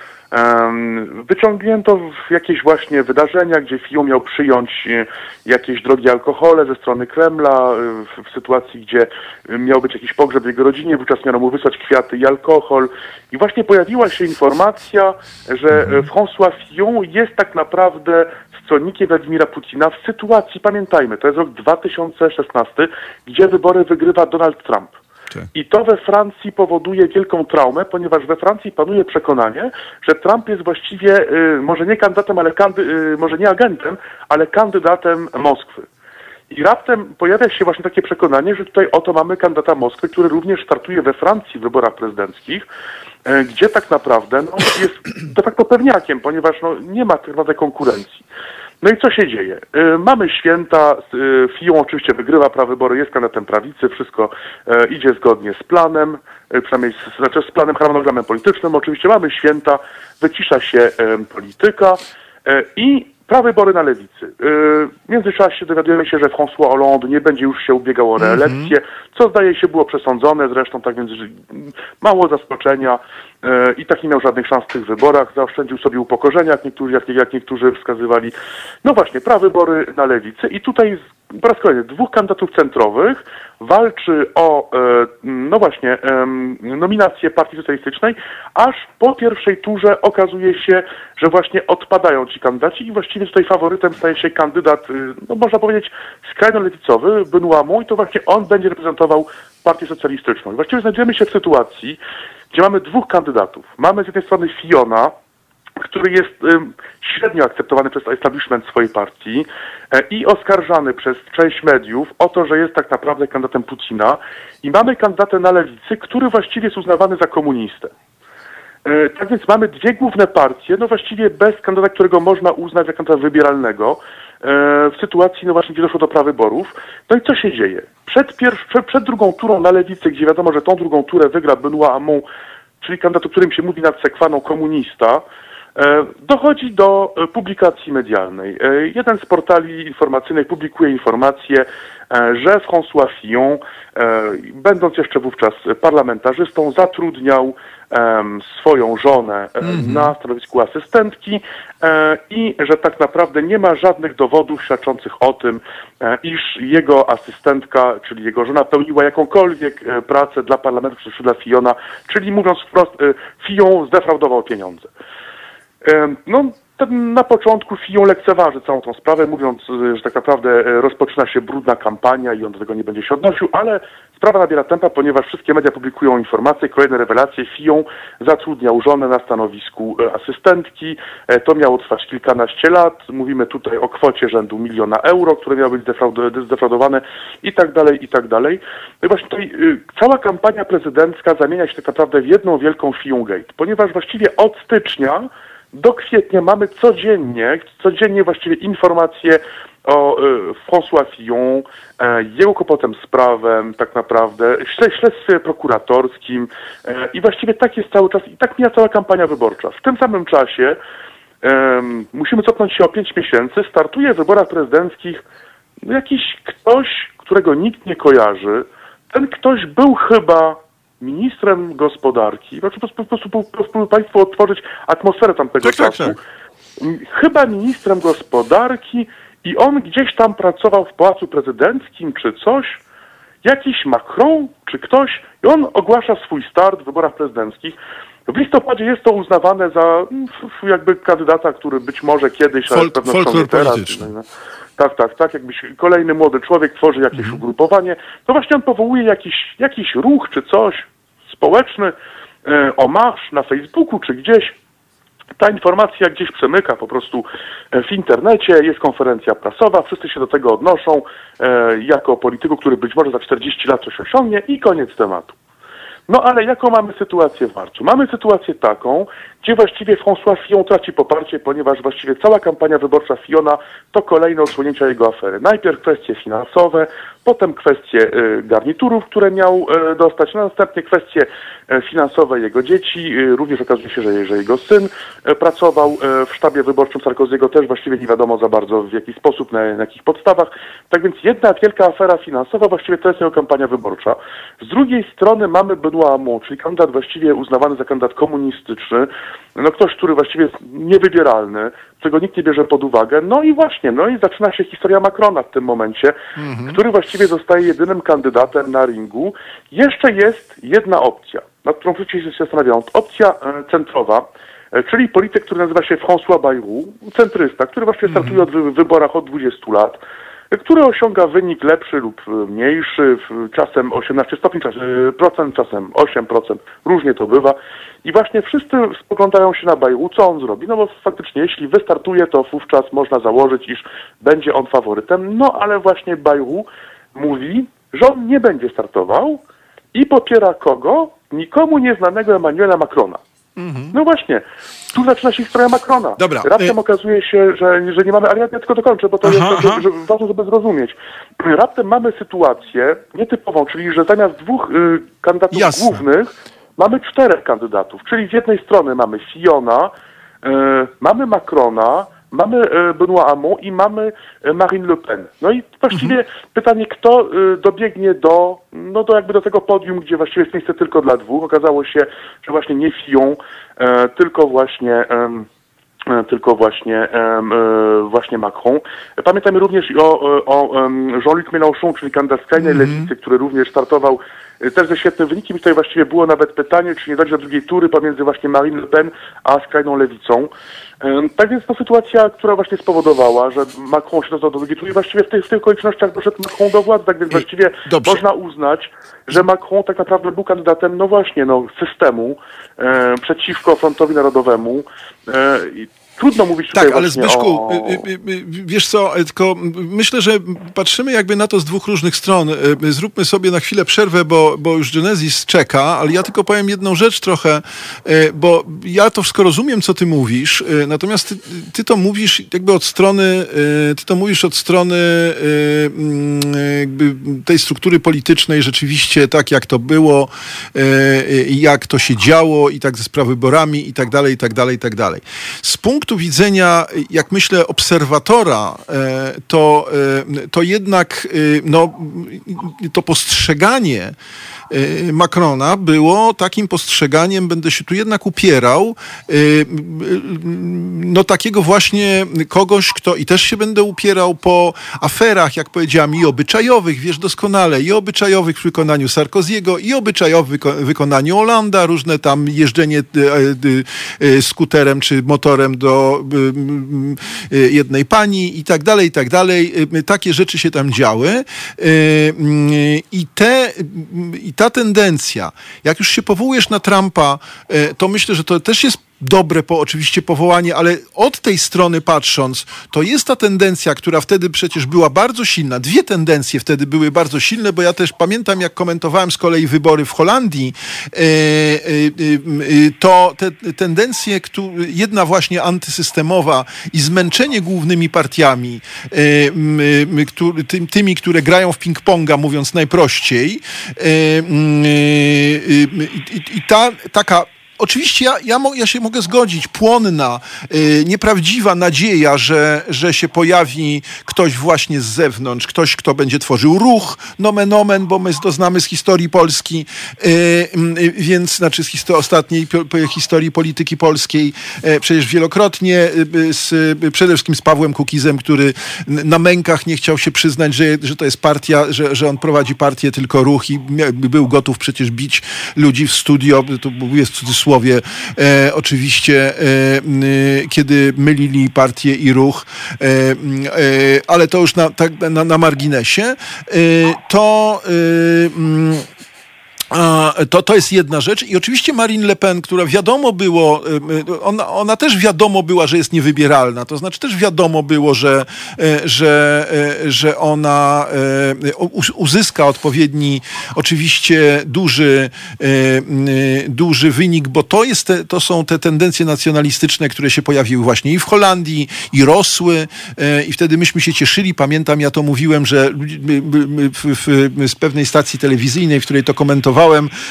Speaker 2: Um, wyciągnięto jakieś właśnie wydarzenia, gdzie Fillon miał przyjąć jakieś drogie alkohole ze strony Kremla, w, w sytuacji, gdzie miał być jakiś pogrzeb w jego rodzinie, wówczas miano mu wysłać kwiaty i alkohol. I właśnie pojawiła się informacja, że François Fillon jest tak naprawdę stronnikiem Władimira Putina w sytuacji, pamiętajmy, to jest rok dwa tysiące szesnasty, gdzie wybory wygrywa Donald Trump. I to we Francji powoduje wielką traumę, ponieważ we Francji panuje przekonanie, że Trump jest właściwie y, może nie kandydatem, ale kandy, y, może nie agentem, ale kandydatem Moskwy. I raptem pojawia się właśnie takie przekonanie, że tutaj oto mamy kandydata Moskwy, który również startuje we Francji w wyborach prezydenckich, y, gdzie tak naprawdę no, jest de facto pewniakiem, ponieważ no, nie ma tak naprawdę konkurencji. No i co się dzieje? Yy, mamy święta, yy, Fillon oczywiście wygrywa prawybory, jest kandydatem prawicy, wszystko yy, idzie zgodnie z planem, yy, przynajmniej z, znaczy z planem, harmonogramem politycznym. Oczywiście mamy święta, wycisza się yy, polityka yy, i prawybory na lewicy. Yy, w międzyczasie dowiadujemy się, że François Hollande nie będzie już się ubiegał o reelekcję, mm-hmm. co zdaje się było przesądzone, zresztą tak więc mało zaskoczenia. i tak nie miał żadnych szans w tych wyborach, zaoszczędził sobie upokorzenia, jak niektórzy, jak, jak niektórzy wskazywali. No właśnie, prawybory na lewicy i tutaj po raz kolejny dwóch kandydatów centrowych walczy o, no właśnie, nominację Partii Socjalistycznej, aż po pierwszej turze okazuje się, że właśnie odpadają ci kandydaci i właściwie tutaj faworytem staje się kandydat, no można powiedzieć, skrajno-lewicowy, Benoît Hamon, i to właśnie on będzie reprezentował Partię Socjalistyczną. I właściwie znajdujemy się w sytuacji, gdzie mamy dwóch kandydatów. Mamy z jednej strony Fillona, który jest um, średnio akceptowany przez establishment swojej partii e, i oskarżany przez część mediów o to, że jest tak naprawdę kandydatem Putina. I mamy kandydatę na lewicy, który właściwie jest uznawany za komunistę. E, tak więc mamy dwie główne partie, no właściwie bez kandydata, którego można uznać za kandydata wybieralnego, e, w sytuacji, no właśnie, gdzie doszło do prawyborów. No i co się dzieje? Przed, pierwsz, przed, przed drugą turą na lewicy, gdzie wiadomo, że tą drugą turę wygra Benoît Hamon, czyli kandydat, o którym się mówi nad sekwaną komunista, dochodzi do publikacji medialnej. Jeden z portali informacyjnych publikuje informację, że François Fillon, będąc jeszcze wówczas parlamentarzystą, zatrudniał swoją żonę mm-hmm. na stanowisku asystentki i że tak naprawdę nie ma żadnych dowodów świadczących o tym, iż jego asystentka, czyli jego żona, pełniła jakąkolwiek pracę dla parlamentu czy dla Fillona, czyli mówiąc wprost, Fillon zdefraudował pieniądze. No, na początku Fillon lekceważy całą tą sprawę, mówiąc, że tak naprawdę rozpoczyna się brudna kampania i on do tego nie będzie się odnosił, ale sprawa nabiera tempa, ponieważ wszystkie media publikują informacje, kolejne rewelacje. Fillon zatrudniał żonę na stanowisku asystentki. To miało trwać kilkanaście lat. Mówimy tutaj o kwocie rzędu miliona euro, które miały być zdefraudowane i tak dalej, i tak dalej. No i właśnie tutaj cała kampania prezydencka zamienia się tak naprawdę w jedną wielką Fillon-gate, ponieważ właściwie od stycznia do kwietnia mamy codziennie, codziennie właściwie informacje o y, François Fillon, y, jego kłopotem z prawem, tak naprawdę, śledztwie prokuratorskim y, i właściwie tak jest cały czas i tak mija cała kampania wyborcza. W tym samym czasie y, musimy cofnąć się o pięć miesięcy, startuje w wyborach prezydenckich jakiś ktoś, którego nikt nie kojarzy. Ten ktoś był chyba ministrem gospodarki, znaczy po, po, po, po, po Państwu otworzyć atmosferę tamtego
Speaker 1: tak,
Speaker 2: czasu.
Speaker 1: Tak, tak.
Speaker 2: Chyba ministrem gospodarki i on gdzieś tam pracował w Pałacu Prezydenckim czy coś. Jakiś Macron czy ktoś i on ogłasza swój start w wyborach prezydenckich. W listopadzie jest to uznawane za jakby kandydata, który być może kiedyś, ale z pewnością nie teraz. No, tak, tak, tak. Jakbyś kolejny młody człowiek tworzy jakieś mhm. ugrupowanie, to właśnie on powołuje jakiś, jakiś ruch czy coś społeczny, e, o marsz na Facebooku czy gdzieś. Ta informacja gdzieś przemyka po prostu w internecie, jest konferencja prasowa, wszyscy się do tego odnoszą e, jako polityku, który być może za czterdzieści lat coś osiągnie i koniec tematu. No ale jaką mamy sytuację w marcu? Mamy sytuację taką, gdzie właściwie François Fillon traci poparcie, ponieważ właściwie cała kampania wyborcza Fillona to kolejne odsłonięcia jego afery. Najpierw kwestie finansowe, potem kwestie y, garniturów, które miał y, dostać, no, następnie kwestie y, finansowe jego dzieci, y, również okazuje się, że, że jego syn y, pracował y, w sztabie wyborczym Sarkozy'ego, też właściwie nie wiadomo za bardzo w jaki sposób, na, na jakich podstawach. Tak więc jedna wielka afera finansowa, właściwie to jest jego kampania wyborcza. Z drugiej strony mamy Benoît Hamon, czyli kandydat właściwie uznawany za kandydat komunistyczny, no ktoś, który właściwie jest niewybieralny, czego nikt nie bierze pod uwagę. No i właśnie, no i zaczyna się historia Macrona w tym momencie, mm-hmm. który właściwie zostaje jedynym kandydatem na ringu. Jeszcze jest jedna opcja, nad którą wszyscy się zastanawiają. Opcja e, centrowa, e, czyli polityk, który nazywa się François Bayrou, centrysta, który właściwie mm-hmm. startuje od wy- w wyborach od dwudziestu lat, który osiąga wynik lepszy lub mniejszy, czasem osiemnaście stopni procent, czasem osiem procent, różnie to bywa. I właśnie wszyscy spoglądają się na Bayrou, co on zrobi, no bo faktycznie jeśli wystartuje, to wówczas można założyć, iż będzie on faworytem, no ale właśnie Bayrou mówi, że on nie będzie startował i popiera kogo? Nikomu nieznanego Emmanuela Macrona. Mhm. No właśnie, tu zaczyna się historia Macrona.
Speaker 1: Dobra.
Speaker 2: Raptem y- okazuje się, że, że nie mamy, ale ja tylko dokończę, bo to aha, jest aha. Że, że ważne, żeby zrozumieć. Raptem mamy sytuację nietypową, czyli że zamiast dwóch y, kandydatów Jasne. głównych mamy czterech kandydatów, czyli z jednej strony mamy Fillona, y, mamy Macrona, mamy Benoît Hamon i mamy Marine Le Pen. No i właściwie mhm. pytanie, kto dobiegnie do, no do jakby do tego podium, gdzie właściwie jest miejsce tylko dla dwóch. Okazało się, że właśnie nie Fillon, tylko właśnie tylko właśnie właśnie Macron. Pamiętajmy również o, o Jean-Luc Mélenchon, czyli kandydat skrajnej mm-hmm. lewicy, który również startował też ze świetnym wynikiem. I tutaj właściwie było nawet pytanie, czy nie dojdzie do drugiej tury pomiędzy właśnie Marine Le Pen a skrajną lewicą. Tak więc to sytuacja, która właśnie spowodowała, że Macron się dostał do drugiej tury i właściwie w tych, w tych okolicznościach doszedł Macron do władzy. Tak więc właściwie Dobrze. można uznać, że Macron tak naprawdę był kandydatem, no właśnie, no systemu e, przeciwko Frontowi Narodowemu. E, i Trudno mówić tutaj
Speaker 1: tak, ale Zbyszku,
Speaker 2: o...
Speaker 1: wiesz co, tylko myślę, że patrzymy jakby na to z dwóch różnych stron. Zróbmy sobie na chwilę przerwę, bo, bo już Genesis czeka, ale ja tylko powiem jedną rzecz trochę, bo ja to wszystko rozumiem, co ty mówisz, natomiast ty, ty to mówisz jakby od strony, ty to mówisz od strony jakby tej struktury politycznej rzeczywiście tak, jak to było, jak to się działo i tak ze prawyborami i tak dalej, i tak dalej, i tak dalej. Z punktu punktu widzenia, jak myślę, obserwatora, to, to jednak no, to postrzeganie Macrona było takim postrzeganiem, będę się tu jednak upierał, no takiego właśnie kogoś, kto, i też się będę upierał po aferach, jak powiedziałem, i obyczajowych, wiesz doskonale, i obyczajowych w wykonaniu Sarkoziego, i obyczajowych w wykonaniu Hollanda, różne tam jeżdżenie skuterem czy motorem do jednej pani i tak dalej, i tak dalej. Takie rzeczy się tam działy. I te i ta tendencja, jak już się powołujesz na Trumpa, to myślę, że to też jest dobre po, oczywiście powołanie, ale od tej strony patrząc, to jest ta tendencja, która wtedy przecież była bardzo silna. Dwie tendencje wtedy były bardzo silne, bo ja też pamiętam, jak komentowałem z kolei wybory w Holandii, e, e, e, to te tendencje, jedna właśnie antysystemowa i zmęczenie głównymi partiami, e, tymi, które grają w ping-ponga, mówiąc najprościej, e, i, i ta taka oczywiście ja, ja, mo, ja się mogę zgodzić, płonna, yy, nieprawdziwa nadzieja, że, że się pojawi ktoś właśnie z zewnątrz, ktoś, kto będzie tworzył ruch, nomen omen, bo my to znamy z historii Polski, yy, yy, więc, znaczy z histor- ostatniej po, po historii polityki polskiej, yy, przecież wielokrotnie, yy, z, yy, przede wszystkim z Pawłem Kukizem, który na mękach nie chciał się przyznać, że, że to jest partia, że, że on prowadzi partię, tylko ruch i był gotów przecież bić ludzi w studio, to mówię w cudzysłowie, Słowie, e, oczywiście, e, e, kiedy mylili partię i ruch, e, e, ale to już na, tak, na, na marginesie, e, to e, To, to jest jedna rzecz. I oczywiście Marine Le Pen, która wiadomo było, ona, ona też wiadomo była, że jest niewybieralna. To znaczy też wiadomo było, że, że, że ona uzyska odpowiedni, oczywiście duży, duży wynik, bo to, jest te, to są te tendencje nacjonalistyczne, które się pojawiły właśnie i w Holandii, i rosły. I wtedy myśmy się cieszyli. Pamiętam, ja to mówiłem, że w, w, z pewnej stacji telewizyjnej, w której to komentowałem,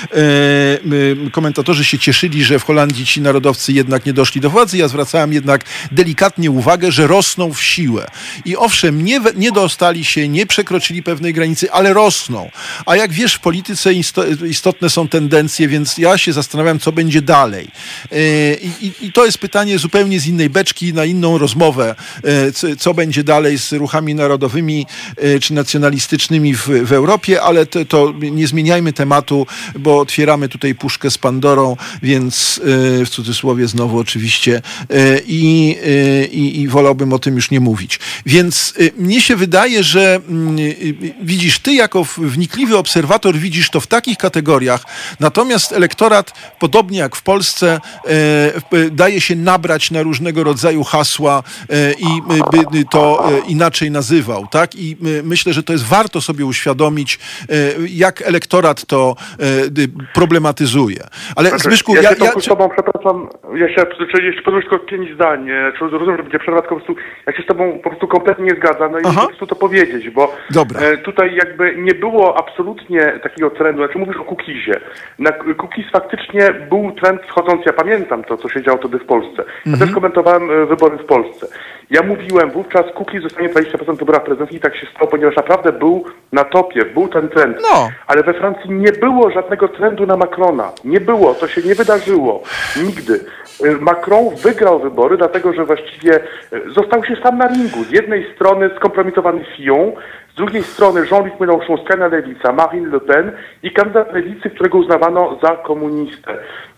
Speaker 1: komentatorzy się cieszyli, że w Holandii ci narodowcy jednak nie doszli do władzy. Ja zwracałem jednak delikatnie uwagę, że rosną w siłę. I owszem, nie, nie dostali się, nie przekroczyli pewnej granicy, ale rosną. A jak wiesz, w polityce istotne są tendencje, więc ja się zastanawiam, co będzie dalej. I, i, i to jest pytanie zupełnie z innej beczki, na inną rozmowę, co, co będzie dalej z ruchami narodowymi czy nacjonalistycznymi w, w Europie, ale to, to nie zmieniajmy tematu, bo otwieramy tutaj puszkę z Pandorą, więc w cudzysłowie znowu oczywiście i, i, i wolałbym o tym już nie mówić. Więc mnie się wydaje, że widzisz, ty jako wnikliwy obserwator widzisz to w takich kategoriach, natomiast elektorat, podobnie jak w Polsce, daje się nabrać na różnego rodzaju hasła i by to inaczej nazywał, tak? I myślę, że to jest warto sobie uświadomić, jak elektorat to problematyzuje. Ale znaczy, Zbyszku,
Speaker 2: ja... Ja,
Speaker 1: ja,
Speaker 2: ja z tobą, przepraszam, ja się, czy jeszcze pozwolisz tylko pięć zdań, czy rozumiem, że będzie przerwa, tylko po prostu, ja się z tobą po prostu kompletnie nie zgadzam, no i Aha. po prostu to powiedzieć, bo Dobra. tutaj jakby nie było absolutnie takiego trendu, znaczy mówisz o Kukizie. Na Kukiz faktycznie był trend wschodzący, ja pamiętam to, co się działo wtedy w Polsce. Ja mhm. też komentowałem wybory w Polsce. Ja mówiłem wówczas, Kukiz zostanie dwadzieścia procent w wyborach prezydenckich i tak się stało, ponieważ naprawdę był na topie, był ten trend.
Speaker 1: No.
Speaker 2: Ale we Francji nie było żadnego trendu na Macrona. Nie było, to się nie wydarzyło. Nigdy. Macron wygrał wybory, dlatego że właściwie został się sam na ringu. Z jednej strony skompromitowany Fillon, z drugiej strony Jean-Luc Mélenchon, skrajna lewica, Marine Le Pen i kandydat lewicy, którego uznawano za komunistę.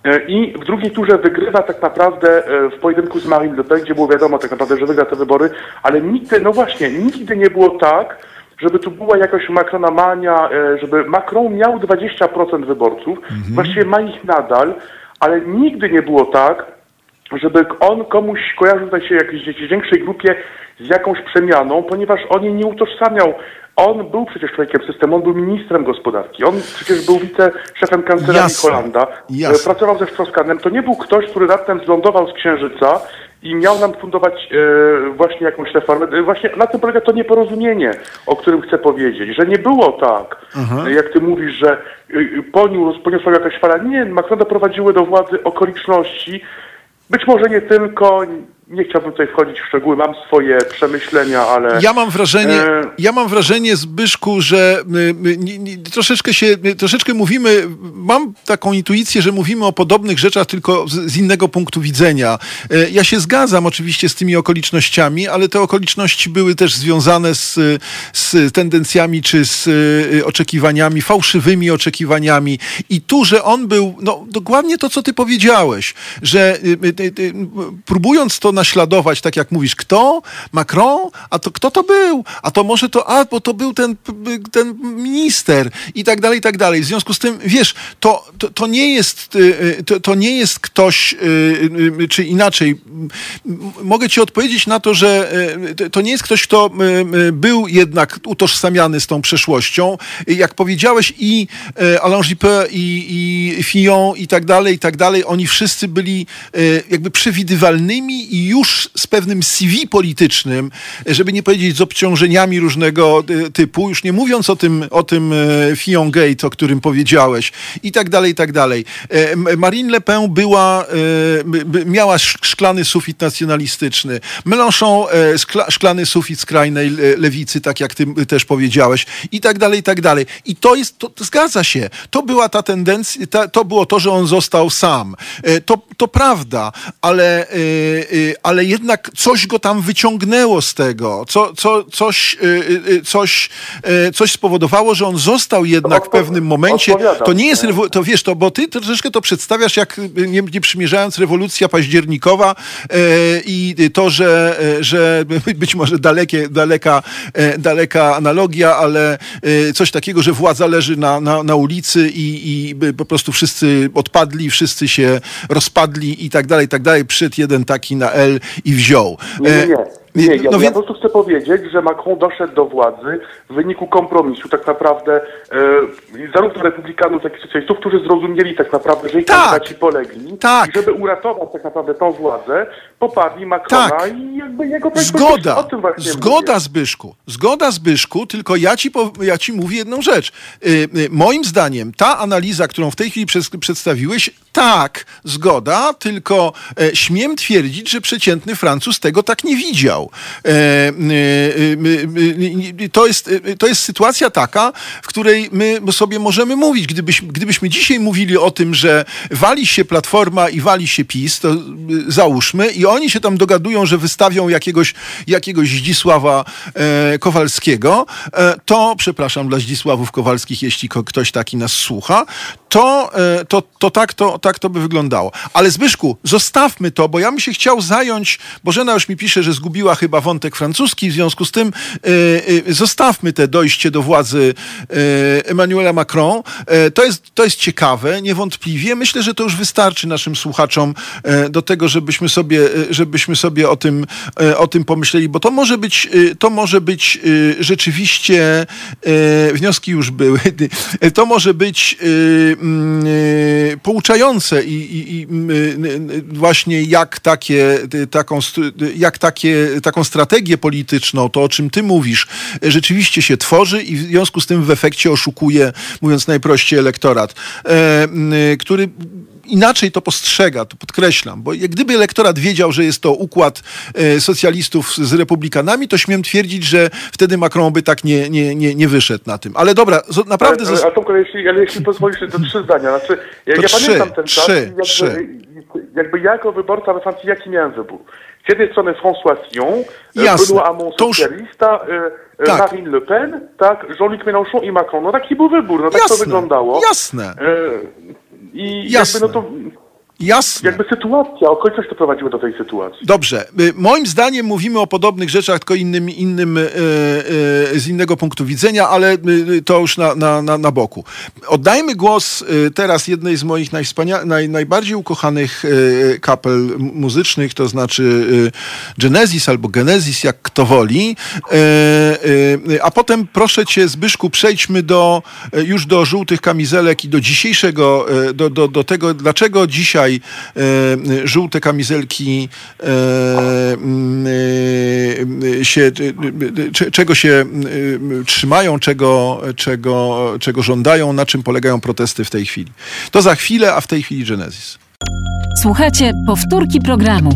Speaker 2: I w drugiej turze wygrywa tak naprawdę w pojedynku z Marine Le Pen, gdzie było wiadomo tak naprawdę, że wygra te wybory, ale nigdy, no właśnie, nigdy nie było tak, żeby tu była jakaś Macronomania, żeby Macron miał dwadzieścia procent wyborców, mhm. właściwie ma ich nadal, ale nigdy nie było tak, żeby on komuś kojarzył się jakiejś większej grupie z jakąś przemianą, ponieważ on jej nie utożsamiał. On był przecież człowiekiem systemu, on był ministrem gospodarki, on przecież był wiceszefem kancelarii Hollanda, Jasne. pracował ze Strauss-Kahnem. To nie był ktoś, który raptem zlądował z Księżyca i miał nam fundować e, właśnie jakąś reformę. Właśnie na tym polega to nieporozumienie, o którym chcę powiedzieć, że nie było tak, Aha. jak ty mówisz, że y, poniósł, poniosła jakaś fala. Nie, Macrona prowadziły do władzy okoliczności, być może nie tylko, nie chciałbym tutaj wchodzić w szczegóły, mam swoje przemyślenia, ale...
Speaker 1: Ja mam wrażenie, e... ja mam wrażenie, Zbyszku, że nie, nie, troszeczkę się, troszeczkę mówimy, mam taką intuicję, że mówimy o podobnych rzeczach, tylko z, z innego punktu widzenia. E, ja się zgadzam oczywiście z tymi okolicznościami, ale te okoliczności były też związane z, z tendencjami, czy z e, oczekiwaniami, fałszywymi oczekiwaniami. I tu, że on był, no dokładnie to, co ty powiedziałeś, że e, e, e, próbując to naśladować, tak jak mówisz, kto? Macron? A to kto to był? A to może to, a bo to był ten, ten minister i tak dalej, i tak dalej. W związku z tym, wiesz, to, to, to nie jest to, to nie jest ktoś, czy inaczej, mogę ci odpowiedzieć na to, że to nie jest ktoś, kto był jednak utożsamiany z tą przeszłością. Jak powiedziałeś, i Alain Juppé, i, i Fillon, i tak dalej, i tak dalej, oni wszyscy byli jakby przewidywalnymi i już z pewnym C V politycznym, żeby nie powiedzieć z obciążeniami różnego typu, już nie mówiąc o tym, o tym Fillon Gate, o którym powiedziałeś, i tak dalej, i tak dalej. Marine Le Pen była, miała szklany sufit nacjonalistyczny. Mélenchon skla, szklany sufit skrajnej lewicy, tak jak ty też powiedziałeś, i tak dalej, i tak dalej. I to jest, to, to zgadza się. To była ta tendencja, ta, to było to, że on został sam. To, to prawda, ale ale jednak coś go tam wyciągnęło z tego, co, co, coś, coś, coś spowodowało, że on został jednak w pewnym momencie. To nie jest, to wiesz, to, bo ty troszeczkę to przedstawiasz, jak nie, nie przymierzając, rewolucja październikowa i to, że, że być może dalekie, daleka, daleka analogia, ale coś takiego, że władza leży na, na, na ulicy i, i po prostu wszyscy odpadli, wszyscy się rozpadli i tak dalej, i tak dalej. Przyszedł jeden taki na L i wziął.
Speaker 2: Nie, nie, nie. Nie, ja, no, ja po prostu chcę powiedzieć, że Macron doszedł do władzy w wyniku kompromisu tak naprawdę e, zarówno republikanów, jak i socjalistów, którzy zrozumieli tak naprawdę, że ich
Speaker 1: tak,
Speaker 2: kandydaci polegli
Speaker 1: tak.
Speaker 2: i żeby uratować tak naprawdę tą władzę, poparli Macrona
Speaker 1: tak.
Speaker 2: i jakby jego projekt.
Speaker 1: Zgoda,
Speaker 2: o tym właśnie
Speaker 1: zgoda
Speaker 2: mówię.
Speaker 1: Zbyszku, zgoda Zbyszku, tylko ja ci, po, ja ci mówię jedną rzecz. Y, y, moim zdaniem ta analiza, którą w tej chwili przez, przedstawiłeś, tak, zgoda, tylko e, śmiem twierdzić, że przeciętny Francuz tego tak nie widział. E, e, e, to, jest, e, to jest sytuacja taka, w której my sobie możemy mówić. Gdybyś, gdybyśmy dzisiaj mówili o tym, że wali się Platforma i wali się PiS, to e, załóżmy, i oni się tam dogadują, że wystawią jakiegoś, jakiegoś Zdzisława e, Kowalskiego, e, to, przepraszam dla Zdzisławów Kowalskich, jeśli ko- ktoś taki nas słucha, to, e, to, to, tak, to tak to by wyglądało. Ale Zbyszku, zostawmy to, bo ja bym się chciał zająć, Bożena już mi pisze, że zgubiła chyba wątek francuski, w związku z tym e, e, zostawmy te dojście do władzy e, Emmanuela Macron. E, to jest, to jest ciekawe, niewątpliwie. Myślę, że to już wystarczy naszym słuchaczom e, do tego, żebyśmy sobie, e, żebyśmy sobie o tym, e, o tym pomyśleli, bo to może być, e, to może być e, rzeczywiście, e, wnioski już były, e, to może być e, e, pouczające i, i, i właśnie jak takie, taką, jak takie, taką strategię polityczną, to o czym ty mówisz, rzeczywiście się tworzy i w związku z tym w efekcie oszukuje, mówiąc najprościej, elektorat, który inaczej to postrzega, to podkreślam, bo jak gdyby elektorat wiedział, że jest to układ e, socjalistów z republikanami, to śmiem twierdzić, że wtedy Macron by tak nie, nie, nie, nie wyszedł na tym. Ale dobra, z, naprawdę...
Speaker 2: Ale, ale, ale, jeśli, ale jeśli pozwolisz, to trzy zdania. Znaczy, ja,
Speaker 1: to
Speaker 2: ja
Speaker 1: trzy,
Speaker 2: pamiętam ten czas.
Speaker 1: trzy,
Speaker 2: jakby,
Speaker 1: trzy.
Speaker 2: jakby jako wyborca we Francji, jaki miałem wybór? Z jednej strony François Fillon,
Speaker 1: Jasne.
Speaker 2: Benoît Hamon, socjalista, już... tak. Marine Le Pen, tak, Jean-Luc Mélenchon i Macron. No taki był wybór, no tak
Speaker 1: jasne,
Speaker 2: to wyglądało.
Speaker 1: Jasne.
Speaker 2: I
Speaker 1: jasne.
Speaker 2: jakby no to...
Speaker 1: Jasne.
Speaker 2: Jakby sytuacja, okoliczność to prowadziły do tej sytuacji.
Speaker 1: Dobrze. Moim zdaniem mówimy o podobnych rzeczach, tylko innym, innym, z innego punktu widzenia, ale to już na, na, na, na boku. Oddajmy głos teraz jednej z moich najwspania- naj, najbardziej ukochanych kapel muzycznych, to znaczy Genesis albo Genesis, jak kto woli. A potem proszę cię, Zbyszku, przejdźmy do, już do żółtych kamizelek i do dzisiejszego, do, do, do tego, dlaczego dzisiaj E, żółte kamizelki e, e, się, e, czego się e, trzymają, czego, czego, czego żądają, na czym polegają protesty w tej chwili. To za chwilę, a w tej chwili Genesis.
Speaker 3: Słuchajcie powtórki programu.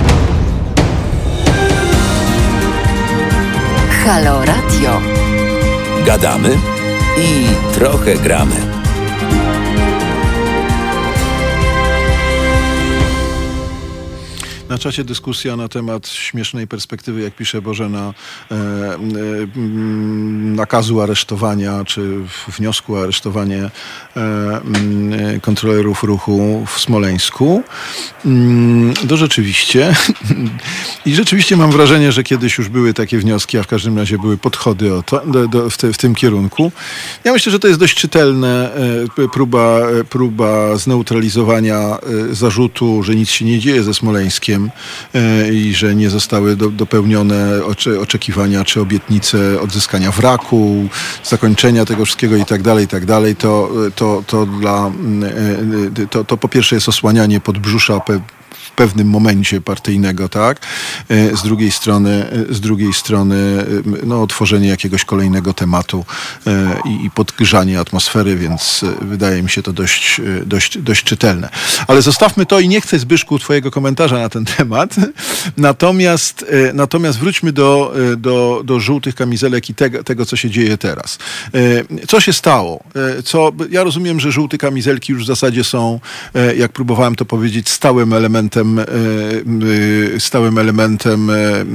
Speaker 3: Halo Radio.
Speaker 4: Gadamy i trochę gramy.
Speaker 1: Na czacie dyskusja na temat śmiesznej perspektywy, jak pisze Bożena, e, e, nakazu aresztowania, czy wniosku o aresztowanie e, e, kontrolerów ruchu w Smoleńsku. E, to rzeczywiście. I rzeczywiście mam wrażenie, że kiedyś już były takie wnioski, a w każdym razie były podchody o to, do, do, w, te, w tym kierunku. Ja myślę, że to jest dość czytelne, e, próba, próba zneutralizowania e, zarzutu, że nic się nie dzieje ze Smoleńskiem i że nie zostały do, dopełnione oczy, oczekiwania czy obietnice odzyskania wraku, zakończenia tego wszystkiego i tak dalej, i tak dalej, to, to, to, dla, to, to po pierwsze jest osłanianie podbrzusza pe, w pewnym momencie partyjnego, tak? Z drugiej strony, z drugiej strony no, otworzenie jakiegoś kolejnego tematu i, i podgrzanie atmosfery, więc wydaje mi się to dość, dość, dość czytelne. Ale zostawmy to i nie chcę, Zbyszku, twojego komentarza na ten temat. Natomiast, natomiast wróćmy do, do, do żółtych kamizelek i tego, tego, co się dzieje teraz. Co się stało? Co, ja rozumiem, że żółte kamizelki już w zasadzie są, jak próbowałem to powiedzieć, stałym elementem stałym elementem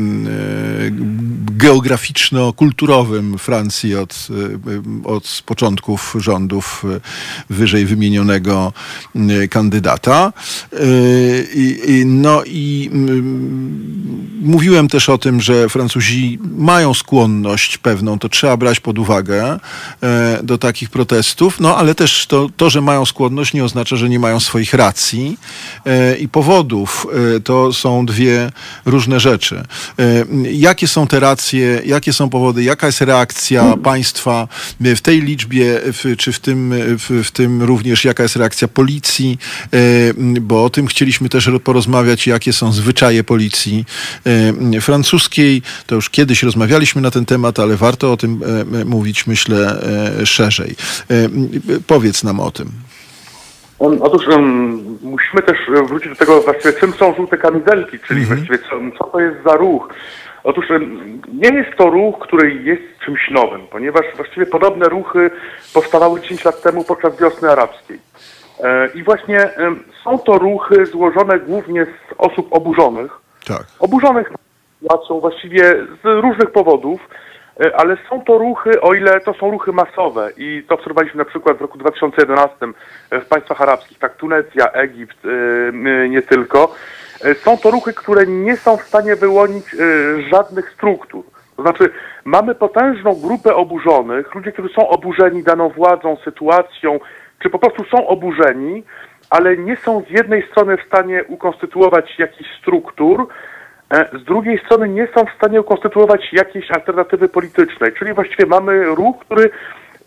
Speaker 1: geograficzno-kulturowym Francji od, od początków rządów wyżej wymienionego kandydata. I, no i mówiłem też o tym, że Francuzi mają skłonność pewną, to trzeba brać pod uwagę do takich protestów, no ale też to, to że mają skłonność, nie oznacza, że nie mają swoich racji i powodów. To są dwie różne rzeczy. Jakie są te racje, jakie są powody, jaka jest reakcja państwa w tej liczbie, w, czy w tym, w, w tym również jaka jest reakcja policji, bo o tym chcieliśmy też porozmawiać, jakie są zwyczaje policji francuskiej. To już kiedyś rozmawialiśmy na ten temat, ale warto o tym mówić, myślę, szerzej. Powiedz nam o tym.
Speaker 2: Otóż um, musimy też wrócić do tego właściwie, czym są żółte kamizelki, czyli mm-hmm. właściwie co, co to jest za ruch. Otóż um, nie jest to ruch, który jest czymś nowym, ponieważ właściwie podobne ruchy powstawały dziesięć lat temu podczas wiosny arabskiej. E, I właśnie um, są to ruchy złożone głównie z osób oburzonych. Tak. Oburzonych sytuacją właściwie z różnych powodów. Ale są to ruchy, o ile to są ruchy masowe i to obserwowaliśmy na przykład w roku dwa tysiące jedenastym w państwach arabskich, tak Tunecja, Egipt, nie tylko. Są to ruchy, które nie są w stanie wyłonić żadnych struktur. To znaczy mamy potężną grupę oburzonych, ludzie, którzy są oburzeni daną władzą, sytuacją, czy po prostu są oburzeni, ale nie są z jednej strony w stanie ukonstytuować jakichś struktur, z drugiej strony nie są w stanie ukonstytuować jakiejś alternatywy politycznej. Czyli właściwie mamy ruch, który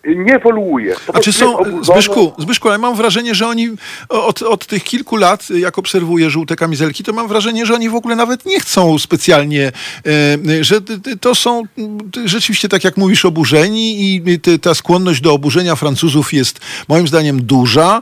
Speaker 2: nie ewoluuje.
Speaker 1: A czy są, Zbyszku, Zbyszku, ale mam wrażenie, że oni od, od tych kilku lat, jak obserwuję żółte kamizelki, to mam wrażenie, że oni w ogóle nawet nie chcą specjalnie, że to są rzeczywiście, tak jak mówisz, oburzeni i ta skłonność do oburzenia Francuzów jest moim zdaniem duża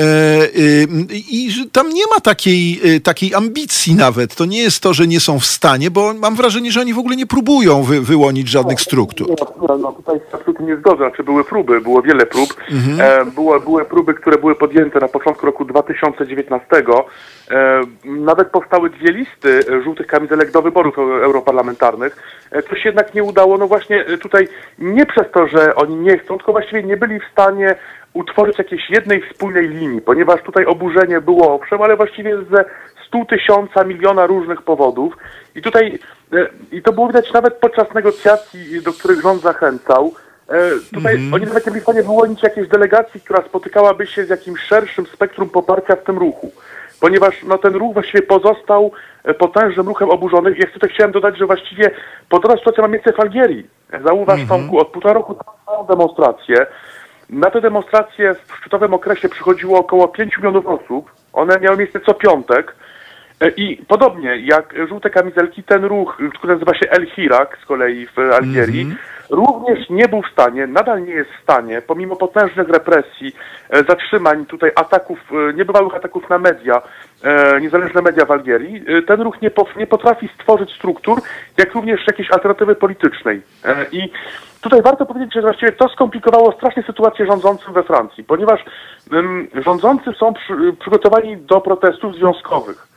Speaker 1: i że tam nie ma takiej, takiej ambicji nawet. To nie jest to, że nie są w stanie, bo mam wrażenie, że oni w ogóle nie próbują wy, wyłonić żadnych struktur.
Speaker 2: No, no tutaj absolutnie nie zgodzę. Znaczy były próby, było wiele prób. Mhm. E, było, były próby, które były podjęte na początku roku dwa tysiące dziewiętnastego. E, nawet powstały dwie listy żółtych kamizelek do wyborów europarlamentarnych. E, to się jednak nie udało. No właśnie tutaj nie przez to, że oni nie chcą, tylko właściwie nie byli w stanie utworzyć jakiejś jednej wspólnej linii, ponieważ tutaj oburzenie było owszem, ale właściwie ze stu tysiąca, miliona różnych powodów. I tutaj, i to było widać nawet podczas negocjacji, do których rząd zachęcał. Tutaj mm-hmm. oni nawet nie byli w stanie wyłonić jakiejś delegacji, która spotykałaby się z jakimś szerszym spektrum poparcia w tym ruchu. Ponieważ no, ten ruch właściwie pozostał potężnym ruchem oburzonych. I ja tutaj chciałem dodać, że właściwie podobna sytuacja ma miejsce w Algierii. Zauważ, mm-hmm. Tomku, od półtora roku trwają demonstracje. Na te demonstracje w szczytowym okresie przychodziło około pięciu milionów osób. One miały miejsce co piątek. I podobnie jak żółte kamizelki, ten ruch, który nazywa się El Hirak z kolei w Algierii, mm-hmm. również nie był w stanie, nadal nie jest w stanie, pomimo potężnych represji, zatrzymań tutaj ataków, niebywałych ataków na media, niezależne media w Algierii, ten ruch nie, nie potrafi stworzyć struktur, jak również jakiejś alternatywy politycznej. I tutaj warto powiedzieć, że właściwie to skomplikowało strasznie sytuację rządzącym we Francji, ponieważ um, rządzący są przy, przygotowani do protestów związkowych.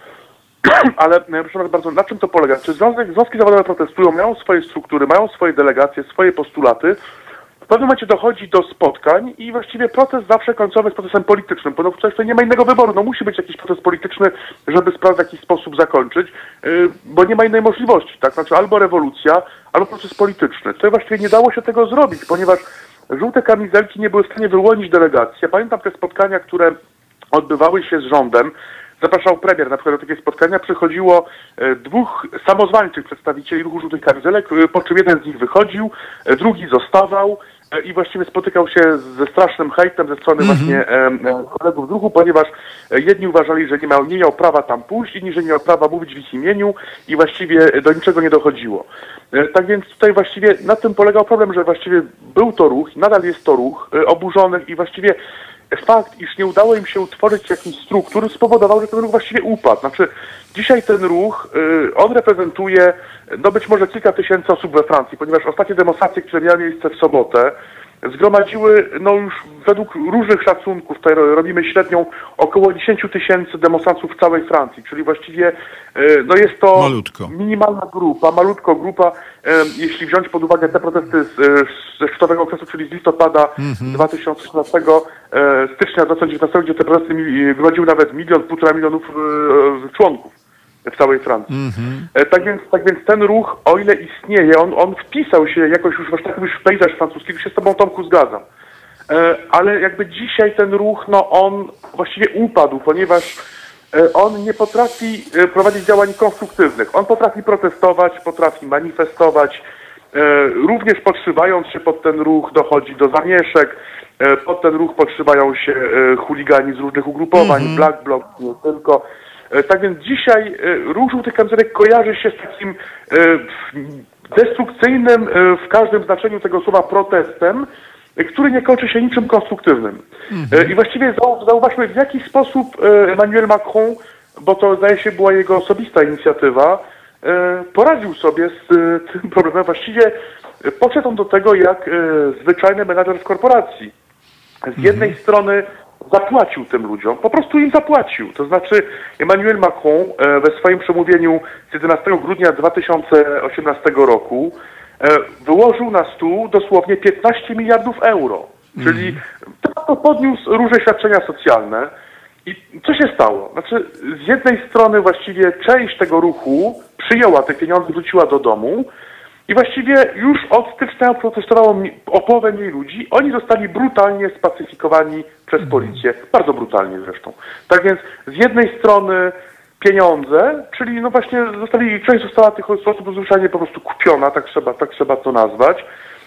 Speaker 2: Ale proszę bardzo, na czym to polega? Czy związek, związki zawodowe protestują, mają swoje struktury, mają swoje delegacje, swoje postulaty. W pewnym momencie dochodzi do spotkań i właściwie proces zawsze końcowy jest procesem politycznym, bo no, tutaj nie ma innego wyboru. No musi być jakiś proces polityczny, żeby sprawę w jakiś sposób zakończyć, yy, bo nie ma innej możliwości, tak? Znaczy albo rewolucja, albo proces polityczny. Tutaj właściwie nie dało się tego zrobić, ponieważ żółte kamizelki nie były w stanie wyłonić delegacji. Ja pamiętam te spotkania, które odbywały się z rządem. Zapraszał premier na przykład do takiego spotkania, przychodziło e, dwóch samozwańczych przedstawicieli ruchu żółtych kamizelek, e, po czym jeden z nich wychodził, e, drugi zostawał e, i właściwie spotykał się ze strasznym hejtem ze strony mm-hmm. właśnie e, e, kolegów z ruchu, ponieważ e, jedni uważali, że nie miał, nie miał prawa tam pójść, inni, że nie miał prawa mówić w ich imieniu i właściwie do niczego nie dochodziło. E, tak więc tutaj właściwie na tym polegał problem, że właściwie był to ruch, nadal jest to ruch e, oburzonych i właściwie fakt, iż nie udało im się utworzyć jakichś struktur, spowodował, że ten ruch właściwie upadł. Znaczy, dzisiaj ten ruch, y, on reprezentuje no być może kilka tysięcy osób we Francji, ponieważ ostatnie demonstracje, które miały miejsce w sobotę, zgromadziły, no już według różnych szacunków, tutaj robimy średnią, około dziesięć tysięcy demonstrantów w całej Francji, czyli właściwie no jest to malutko. Minimalna grupa, malutko grupa, jeśli wziąć pod uwagę te protesty z, ze szczytowego okresu, czyli z listopada mm-hmm. dwa tysiące szesnastego, stycznia dwa tysiące dziewiętnastego, gdzie te protesty gromadziły nawet milion, półtora milionów członków w całej Francji. Mm-hmm. Tak więc, tak więc ten ruch, o ile istnieje, on, on wpisał się jakoś już właśnie tak w pejzaż francuski, się z tobą, Tomku, zgadzam. Ale jakby dzisiaj ten ruch, no on właściwie upadł, ponieważ on nie potrafi prowadzić działań konstruktywnych. On potrafi protestować, potrafi manifestować, również podszywając się pod ten ruch dochodzi do zamieszek, pod ten ruch podszywają się chuligani z różnych ugrupowań, mm-hmm. Black Bloc, nie tylko. Tak więc dzisiaj ruch żółtych kamizelek kojarzy się z takim destrukcyjnym w każdym znaczeniu tego słowa protestem, który nie kończy się niczym konstruktywnym. Mm-hmm. I właściwie zauważmy, w jaki sposób Emmanuel Macron, bo to zdaje się była jego osobista inicjatywa, poradził sobie z tym problemem. Właściwie podszedł on do tego jak zwyczajny menadżer w korporacji. Z jednej mm-hmm. strony zapłacił tym ludziom, po prostu im zapłacił. To znaczy Emmanuel Macron we swoim przemówieniu z jedenastego grudnia dwa tysiące osiemnastego roku wyłożył na stół dosłownie piętnaście miliardów euro. Mm. Czyli to podniósł różne świadczenia socjalne. I co się stało? Znaczy z jednej strony właściwie część tego ruchu przyjęła te pieniądze, wróciła do domu i właściwie już od stycznia protestowało o połowę mniej ludzi. Oni zostali brutalnie spacyfikowani przez policję. Bardzo brutalnie zresztą. Tak więc z jednej strony pieniądze, czyli no właśnie zostali, część została tych osób zwyczajnie po prostu kupiona, tak trzeba, tak trzeba to nazwać.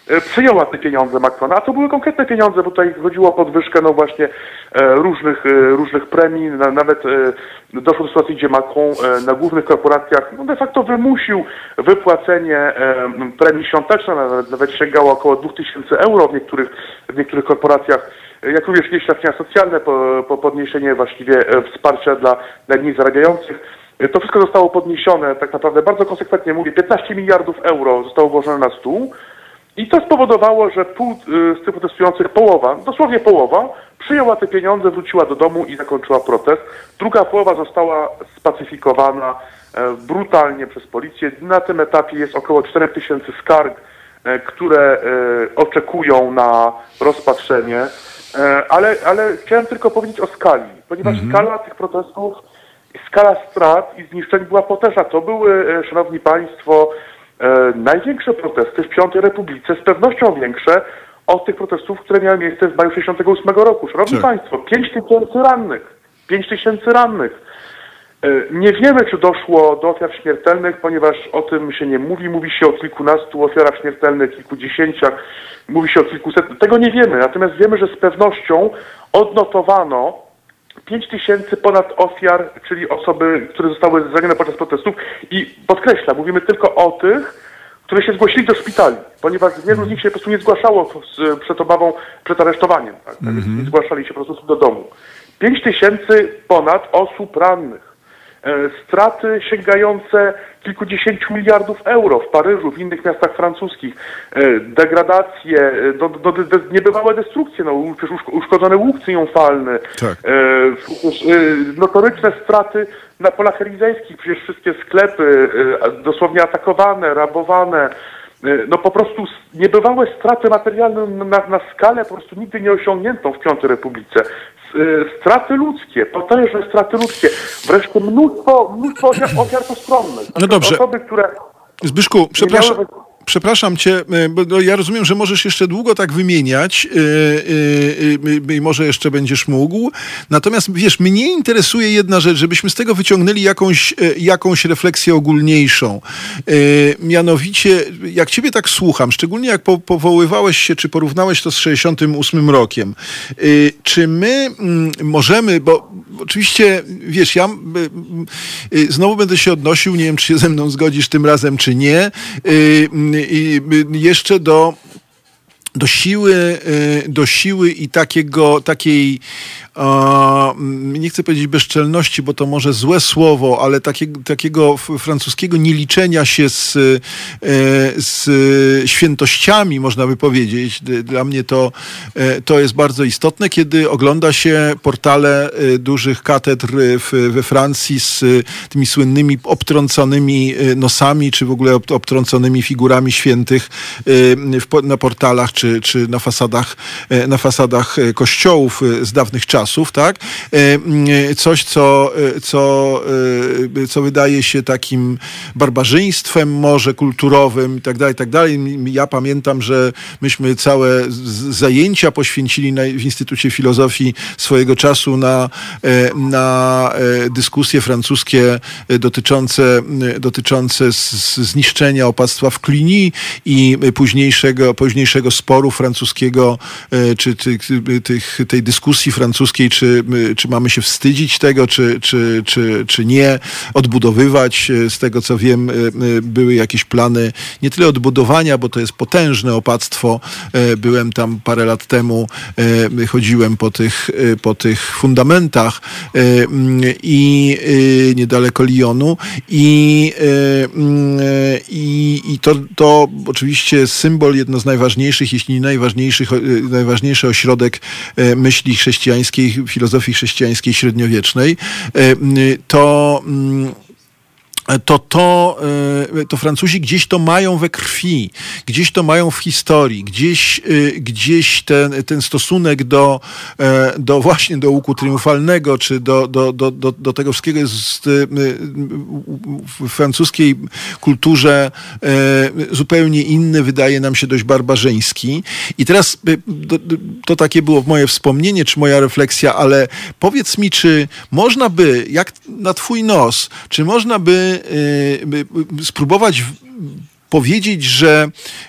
Speaker 2: przyjęła te pieniądze Macrona. A to były konkretne pieniądze, bo tutaj chodziło o podwyżkę no właśnie różnych, różnych premii. Nawet doszło do sytuacji, gdzie Macron na głównych korporacjach no de facto wymusił wypłacenie premii świątecznej, nawet, nawet sięgało około dwa tysiące euro w niektórych, w niektórych korporacjach, jak również jakieś świadczenia socjalne, po, po podniesienie właściwie wsparcia dla najmniej zarabiających. To wszystko zostało podniesione tak naprawdę bardzo konsekwentnie, mówię, piętnaście miliardów euro zostało włożone na stół i to spowodowało, że pół z tych protestujących, połowa, dosłownie połowa, przyjęła te pieniądze, wróciła do domu i zakończyła protest. Druga połowa została spacyfikowana e, brutalnie przez policję. Na tym etapie jest około cztery tysiące skarg, e, które e, oczekują na rozpatrzenie, e, ale, ale chciałem tylko powiedzieć o skali, ponieważ mm-hmm. skala tych protestów, skala strat i zniszczeń była potężna. To były, szanowni państwo, e, największe protesty w Piątej Republice, z pewnością większe od tych protestów, które miały miejsce w maju sześćdziesiątego ósmego roku. Szanowni tak. państwo, pięć tysięcy rannych. pięć tysięcy rannych. E, nie wiemy, czy doszło do ofiar śmiertelnych, ponieważ o tym się nie mówi. Mówi się o kilkunastu ofiarach śmiertelnych, kilkudziesięciach. Mówi się o kilkuset. Tego nie wiemy. Natomiast wiemy, że z pewnością odnotowano pięć tysięcy ponad ofiar, czyli osoby, które zostały zranione podczas protestów. I podkreślam, mówimy tylko o tych, które się zgłosili do szpitali, ponieważ wielu z nich się po prostu nie zgłaszało z, przed obawą, przed aresztowaniem. Tak? Mm-hmm. Nie zgłaszali się po prostu do domu. pięć tysięcy ponad osób rannych. E, straty sięgające kilkudziesięciu miliardów euro w Paryżu, w innych miastach francuskich. E, degradacje, do, do, do, niebywałe destrukcje, no, przecież uszkodzony łuk triumfalny. Tak. E, e, notoryczne straty na polach elizejskich, przecież wszystkie sklepy e, dosłownie atakowane, rabowane. No po prostu niebywałe straty materialne na, na skalę po prostu nigdy nie osiągniętą w Piątej Republice. Straty ludzkie, potężne straty ludzkie, wreszcie mnóstwo, mnóstwo ofiar, ofiar postronnych.
Speaker 1: No dobrze.
Speaker 2: Osoby, które
Speaker 1: Zbyszku, przepraszam. Miały... Przepraszam cię, bo ja rozumiem, że możesz jeszcze długo tak wymieniać i może jeszcze będziesz mógł. Natomiast wiesz, mnie interesuje jedna rzecz, żebyśmy z tego wyciągnęli jakąś, jakąś refleksję ogólniejszą. Mianowicie, jak ciebie tak słucham, szczególnie jak po, powoływałeś się, czy porównałeś to z sześćdziesiątym ósmym rokiem, czy my możemy, bo oczywiście, wiesz, ja znowu będę się odnosił, nie wiem, czy się ze mną zgodzisz tym razem, czy nie, i jeszcze do, do siły, do siły i takiego, takiej, nie chcę powiedzieć bezczelności, bo to może złe słowo, ale takiego, takiego francuskiego nieliczenia się z, z świętościami, można by powiedzieć. Dla mnie to, to jest bardzo istotne, kiedy ogląda się portale dużych katedr w, we Francji z tymi słynnymi obtrąconymi nosami, czy w ogóle obtrąconymi figurami świętych w, na portalach, czy, czy na fasadach, na fasadach kościołów z dawnych czasów. Tak? Coś, co, co, co wydaje się takim barbarzyństwem może kulturowym i tak dalej, i tak dalej. Ja pamiętam, że myśmy całe zajęcia poświęcili na, w Instytucie Filozofii swojego czasu na, na dyskusje francuskie dotyczące, dotyczące zniszczenia opactwa w Cluny i późniejszego, późniejszego sporu francuskiego, czy tych, tych, tej dyskusji francuskiej, czy, czy mamy się wstydzić tego, czy, czy, czy, czy nie, odbudowywać. Z tego, co wiem, były jakieś plany nie tyle odbudowania, bo to jest potężne opactwo. Byłem tam parę lat temu, chodziłem po tych, po tych fundamentach i niedaleko Lyonu i, i, i to, to oczywiście symbol, jedno z najważniejszych, jeśli nie najważniejszych, najważniejszy ośrodek myśli chrześcijańskiej, filozofii chrześcijańskiej średniowiecznej, to to, to, to Francuzi gdzieś to mają we krwi, gdzieś to mają w historii, gdzieś, gdzieś ten, ten stosunek do, do właśnie do łuku triumfalnego, czy do, do, do, do, do tego wszystkiego jest w francuskiej kulturze zupełnie inny, wydaje nam się dość barbarzyński. I teraz to, to takie było moje wspomnienie, czy moja refleksja, ale powiedz mi, czy można by, jak na twój nos, czy można by spróbować powiedzieć, że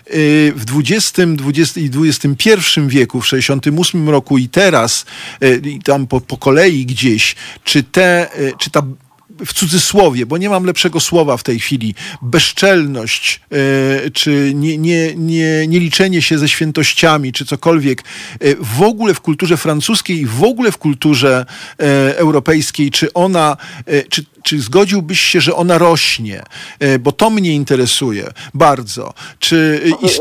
Speaker 1: w dwudziestym, dwudziestym i dwudziestym pierwszym wieku, w sześćdziesiątym ósmym roku i teraz, i tam po, po kolei gdzieś, czy, te, czy ta w cudzysłowie, bo nie mam lepszego słowa w tej chwili, bezczelność, yy, czy nie, nie, nie, nie liczenie się ze świętościami, czy cokolwiek, yy, w ogóle w kulturze francuskiej i w ogóle w kulturze yy, europejskiej, czy ona, yy, czy, czy zgodziłbyś się, że ona rośnie? Yy, bo to mnie interesuje bardzo. Czy yy, i...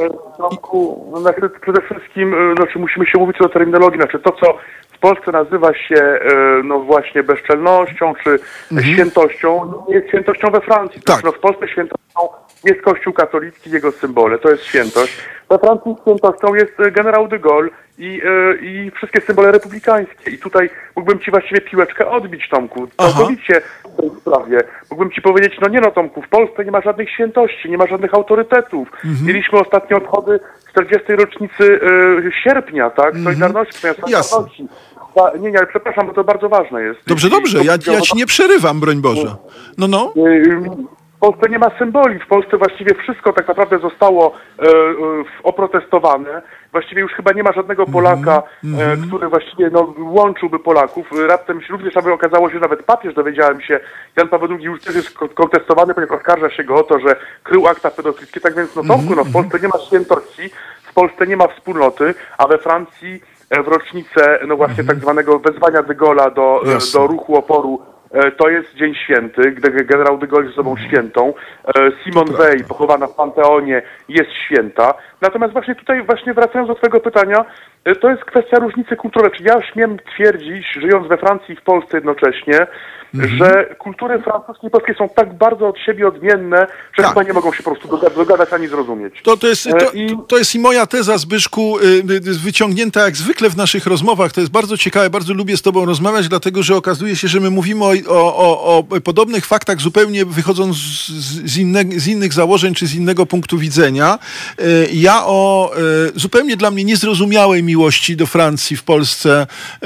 Speaker 2: No, znaczy, przede wszystkim znaczy, musimy się mówić o terminologii, znaczy to, co w Polsce nazywa się no właśnie bezczelnością czy mhm. świętością, nie jest świętością we Francji. Tak. Znaczy, no, w Polsce świętością jest Kościół katolicki, jego symbole, to jest świętość. We Francji świętością jest generał de Gaulle i, i wszystkie symbole republikańskie. I tutaj mógłbym ci właściwie piłeczkę odbić, Tomku, całkowicie w tej sprawie. Mógłbym ci powiedzieć, no nie no, Tomku, w Polsce nie ma żadnych świętości, nie ma żadnych autorytetów. Mhm. Mieliśmy ostatnio obchody czterdziestej rocznicy y, sierpnia, tak? Solidarności, mm-hmm. Solidarności. Nie, nie, ale przepraszam, bo to bardzo ważne jest.
Speaker 1: Dobrze, dobrze, ja, ja ci nie przerywam, broń Boże. No, no.
Speaker 2: W Polsce nie ma symboli, w Polsce właściwie wszystko tak naprawdę zostało e, e, oprotestowane. Właściwie już chyba nie ma żadnego Polaka, mm-hmm. e, który właściwie no, łączył Polaków. Raptem się również aby okazało się, że nawet papież, dowiedziałem się, Jan Paweł drugi już też jest kontestowany, ponieważ oskarża się go o to, że krył akta pedofilskie. Tak więc, no Tomku, no, w Polsce nie ma świętości, w Polsce nie ma wspólnoty, a we Francji w rocznicę no właśnie mm-hmm. tak zwanego wezwania de Gaulle'a do, do ruchu oporu, to jest dzień święty, gdy generał de Gaulle jest osobą świętą. Simone Weil, pochowana w Panteonie, jest święta. Natomiast właśnie tutaj, właśnie wracając do twojego pytania, to jest kwestia różnicy kulturowej. Czy ja śmiem twierdzić, żyjąc we Francji i w Polsce jednocześnie, mhm. że kultury francuskie i polskie są tak bardzo od siebie odmienne, że tak. chyba nie mogą się po prostu dogadać ani zrozumieć.
Speaker 1: To, to, jest, to, I... to jest i moja teza, Zbyszku, wyciągnięta jak zwykle w naszych rozmowach. To jest bardzo ciekawe, bardzo lubię z tobą rozmawiać, dlatego że okazuje się, że my mówimy o, o, o podobnych faktach zupełnie wychodząc z, z, inne, z innych założeń czy z innego punktu widzenia. Ja o zupełnie dla mnie niezrozumiałej miłości do Francji w Polsce,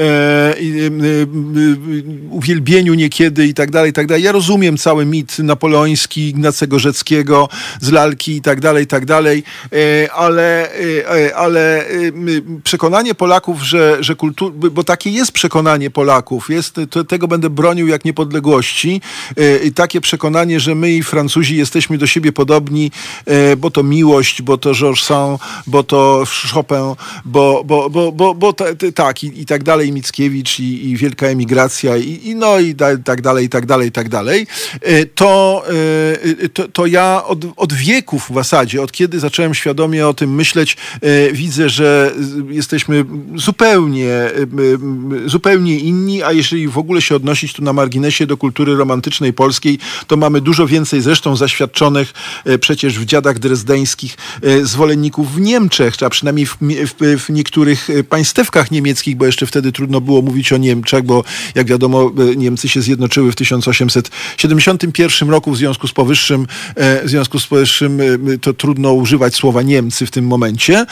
Speaker 1: uwielbieniu niekiedy i tak dalej, i tak dalej. Ja rozumiem cały mit napoleoński, Ignacego Rzeckiego z lalki i tak dalej, i tak dalej, ale, ale przekonanie Polaków, że, że kultura, bo takie jest przekonanie Polaków, jest, to, tego będę bronił jak niepodległości i takie przekonanie, że my i Francuzi jesteśmy do siebie podobni, bo to miłość, bo to Georges Sand, bo to Chopin, bo, bo, bo, bo, bo ta, tak i, i tak dalej, Mickiewicz i, i wielka emigracja i, i no i da, tak dalej, i tak dalej, i tak dalej, to, to, to ja od, od wieków w zasadzie, od kiedy zacząłem świadomie o tym myśleć, widzę, że jesteśmy zupełnie, zupełnie inni, a jeżeli w ogóle się odnosić tu na marginesie do kultury romantycznej polskiej, to mamy dużo więcej zresztą zaświadczonych przecież w dziadach drezdeńskich zwolenników w Niemczech, a przynajmniej w, w, w niektórych państewkach niemieckich, bo jeszcze wtedy trudno było mówić o Niemczech, bo jak wiadomo Niemcy się zjednoczyły w tysiąc osiemset siedemdziesiątym pierwszym roku, w związku z powyższym, w związku z powyższym to trudno używać słowa Niemcy w tym momencie,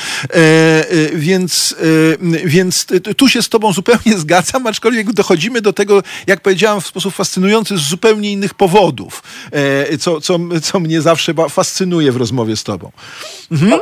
Speaker 1: więc, więc tu się z tobą zupełnie zgadzam, aczkolwiek dochodzimy do tego, jak powiedziałem, w sposób fascynujący z zupełnie innych powodów, co, co, co mnie zawsze fascynuje w rozmowie z tobą. Mhm.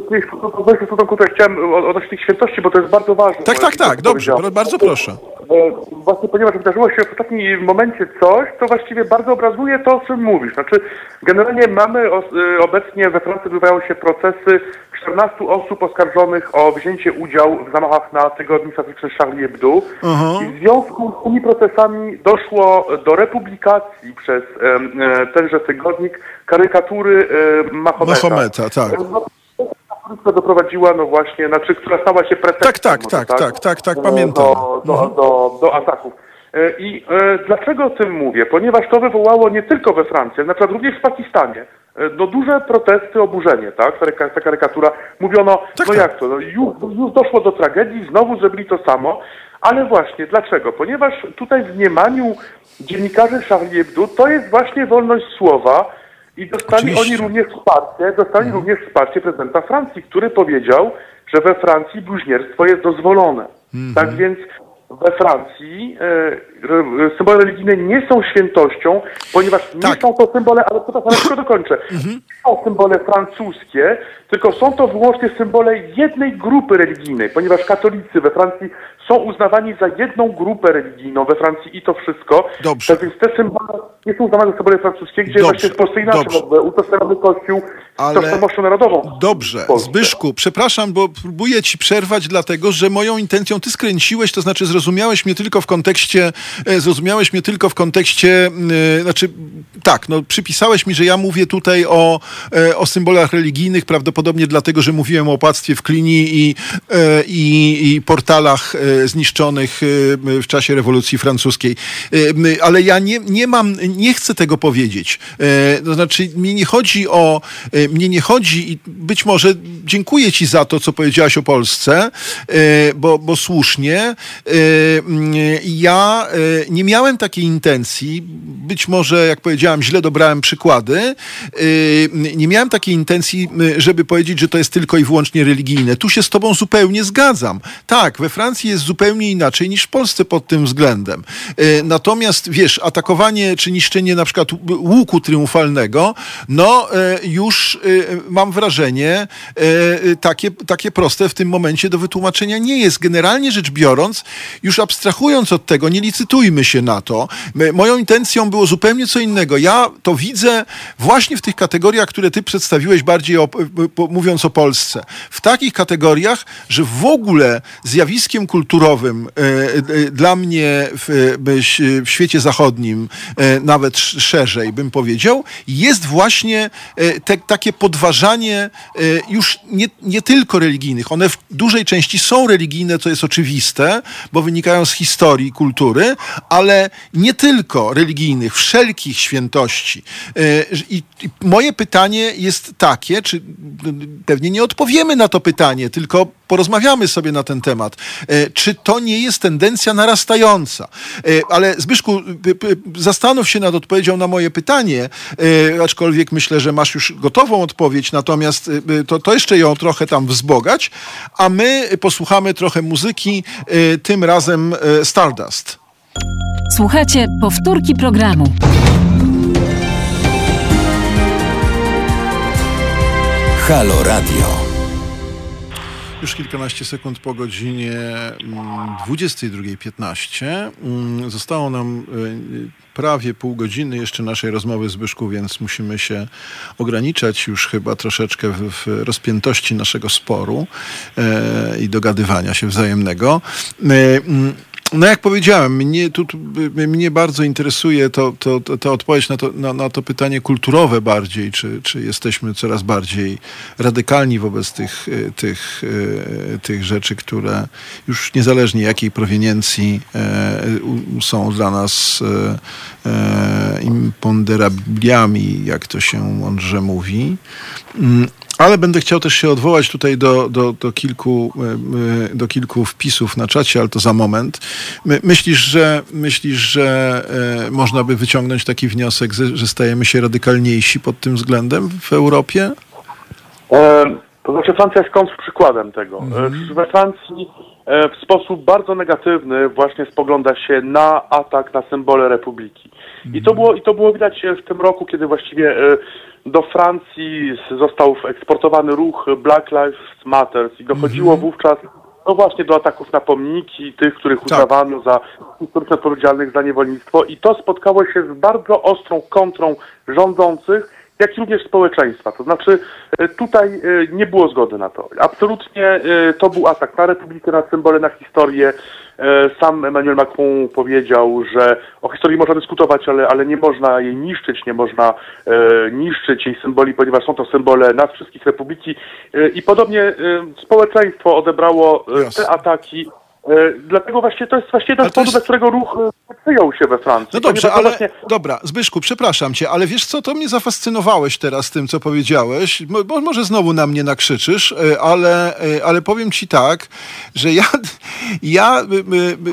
Speaker 2: Chciałem odnośnie tych świętości, bo to jest bardzo ważne.
Speaker 1: Tak, tak, tak, dobrze, bardzo proszę.
Speaker 2: Właśnie ponieważ wydarzyło się w ostatnim momencie coś, co właściwie bardzo obrazuje to, o czym mówisz. Znaczy, generalnie mamy obecnie we Francji odbywają się procesy czternastu osób oskarżonych o wzięcie udziału w zamachach na tygodnik satyryczny Charlie Hebdo. Uh-huh. I w związku z tymi procesami doszło do republikacji przez e, tenże tygodnik karykatury e, Mahometa.
Speaker 1: Mahometa, tak.
Speaker 2: która doprowadziła, no właśnie, znaczy, która stała się pretekstem.
Speaker 1: Tak, tak, tak, tak, tak, tak, tak, pamiętam.
Speaker 2: Do, do, mhm. do, do ataków. I e, dlaczego o tym mówię? Ponieważ to wywołało nie tylko we Francji, na przykład również w Pakistanie, no duże protesty, oburzenie, tak? Ta, ta karykatura. Mówiono, tak, no tak. jak to, no, już, już doszło do tragedii, znowu zrobili to samo. Ale właśnie, dlaczego? Ponieważ tutaj w mniemaniu dziennikarzy Charlie Hebdo to jest właśnie wolność słowa i dostali Oczywiście. oni również wsparcie, dostali mhm. również wsparcie prezydenta Francji, który powiedział, że we Francji bluźnierstwo jest dozwolone. Mhm. Tak więc we Francji e, symbole religijne nie są świętością, ponieważ
Speaker 1: tak.
Speaker 2: nie są to symbole, ale przepraszam, ja tylko dokończę. Nie są symbole francuskie, tylko są to wyłącznie symbole jednej grupy religijnej, ponieważ katolicy we Francji są uznawani za jedną grupę religijną we Francji i to wszystko.
Speaker 1: Dobrze.
Speaker 2: Tak więc te symbole nie są uznawane za symbole francuskie, gdzie
Speaker 1: Dobrze.
Speaker 2: właśnie w Polsce inaczej utożsamiamy Kościół z tożsamością narodową.
Speaker 1: Dobrze, Zbyszku, przepraszam, bo próbuję ci przerwać, dlatego, że moją intencją ty skręciłeś, to znaczy zrozumiałeś mnie tylko w kontekście, e, zrozumiałeś mnie tylko w kontekście, e, znaczy tak, no przypisałeś mi, że ja mówię tutaj o, e, o symbolach religijnych, prawdopodobnie dlatego, że mówiłem o opactwie w Cluny i, e, i, i portalach e, zniszczonych e, w czasie rewolucji francuskiej. E, ale ja nie, nie mam, nie chcę tego powiedzieć. E, to znaczy, mi nie chodzi o e, mnie nie chodzi i być może dziękuję ci za to, co powiedziałaś o Polsce, bo, bo słusznie. Ja nie miałem takiej intencji, być może, jak powiedziałem, źle dobrałem przykłady, nie miałem takiej intencji, żeby powiedzieć, że to jest tylko i wyłącznie religijne. Tu się z tobą zupełnie zgadzam. Tak, we Francji jest zupełnie inaczej niż w Polsce pod tym względem. Natomiast, wiesz, atakowanie czy niszczenie na przykład łuku triumfalnego, no już mam wrażenie, takie, takie proste w tym momencie do wytłumaczenia nie jest. Generalnie rzecz biorąc, już abstrahując od tego, nie licytujmy się na to, moją intencją było zupełnie co innego. Ja to widzę właśnie w tych kategoriach, które ty przedstawiłeś bardziej o, mówiąc o Polsce. W takich kategoriach, że w ogóle zjawiskiem kulturowym dla mnie w, w świecie zachodnim, nawet szerzej bym powiedział, jest właśnie te, takie podważanie już nie, nie tylko religijnych. One w dużej części są religijne, to jest oczywiste, bo wynikają z historii, kultury, ale nie tylko religijnych, wszelkich świętości. I, i moje pytanie jest takie, czy pewnie nie odpowiemy na to pytanie, tylko porozmawiamy sobie na ten temat. Czy to nie jest tendencja narastająca? Ale Zbyszku, zastanów się nad odpowiedzią na moje pytanie, aczkolwiek myślę, że masz już gotową odpowiedź, natomiast to, to jeszcze ją trochę tam wzbogać, a my posłuchamy trochę muzyki, tym razem Stardust.
Speaker 3: Słuchajcie, powtórki programu.
Speaker 4: Halo Radio.
Speaker 1: Już kilkanaście sekund po godzinie dwudziestej drugiej piętnaście. Zostało nam prawie pół godziny jeszcze naszej rozmowy, Zbyszku, więc musimy się ograniczać już chyba troszeczkę w, w rozpiętości naszego sporu e, i dogadywania się wzajemnego. E, No jak powiedziałem, mnie, tu, tu, mnie bardzo interesuje to, to, to, ta odpowiedź na to, na, na to pytanie kulturowe bardziej, czy, czy jesteśmy coraz bardziej radykalni wobec tych, tych, tych rzeczy, które już niezależnie jakiej proweniencji e, są dla nas e, imponderabliami, jak to się mądrze mówi. Ale będę chciał też się odwołać tutaj do, do, do, kilku, do kilku wpisów na czacie, ale to za moment. Myślisz, że, myślisz, że e, można by wyciągnąć taki wniosek, że stajemy się radykalniejsi pod tym względem w Europie?
Speaker 2: E, to znaczy Francja jest kontrprzykładem tego. Mhm. We Francji e, w sposób bardzo negatywny właśnie spogląda się na atak na symbole republiki. Mhm. I to było, i to było widać w tym roku, kiedy właściwie e, do Francji został eksportowany ruch Black Lives Matter i dochodziło mm-hmm. wówczas no właśnie do ataków na pomniki tych, których tak. uznawano za historycznie odpowiedzialnych za niewolnictwo i to spotkało się z bardzo ostrą kontrą rządzących, jak i również społeczeństwa. To znaczy tutaj nie było zgody na to. Absolutnie to był atak na republikę, na symbole, na historię. Sam Emmanuel Macron powiedział, że o historii można dyskutować, ale, ale nie można jej niszczyć, nie można e, niszczyć jej symboli, ponieważ są to symbole nas wszystkich republiki. E, I podobnie e, społeczeństwo odebrało e, te ataki. E, dlatego właśnie to jest właściwie ten powód, jest... bez którego ruch e, przyjął się we Francji.
Speaker 1: No dobrze, ale
Speaker 2: właśnie...
Speaker 1: dobra, Zbyszku, przepraszam cię, ale wiesz co, to mnie zafascynowałeś teraz tym, co powiedziałeś, bo może znowu na mnie nakrzyczysz, ale, ale powiem ci tak, że ja, ja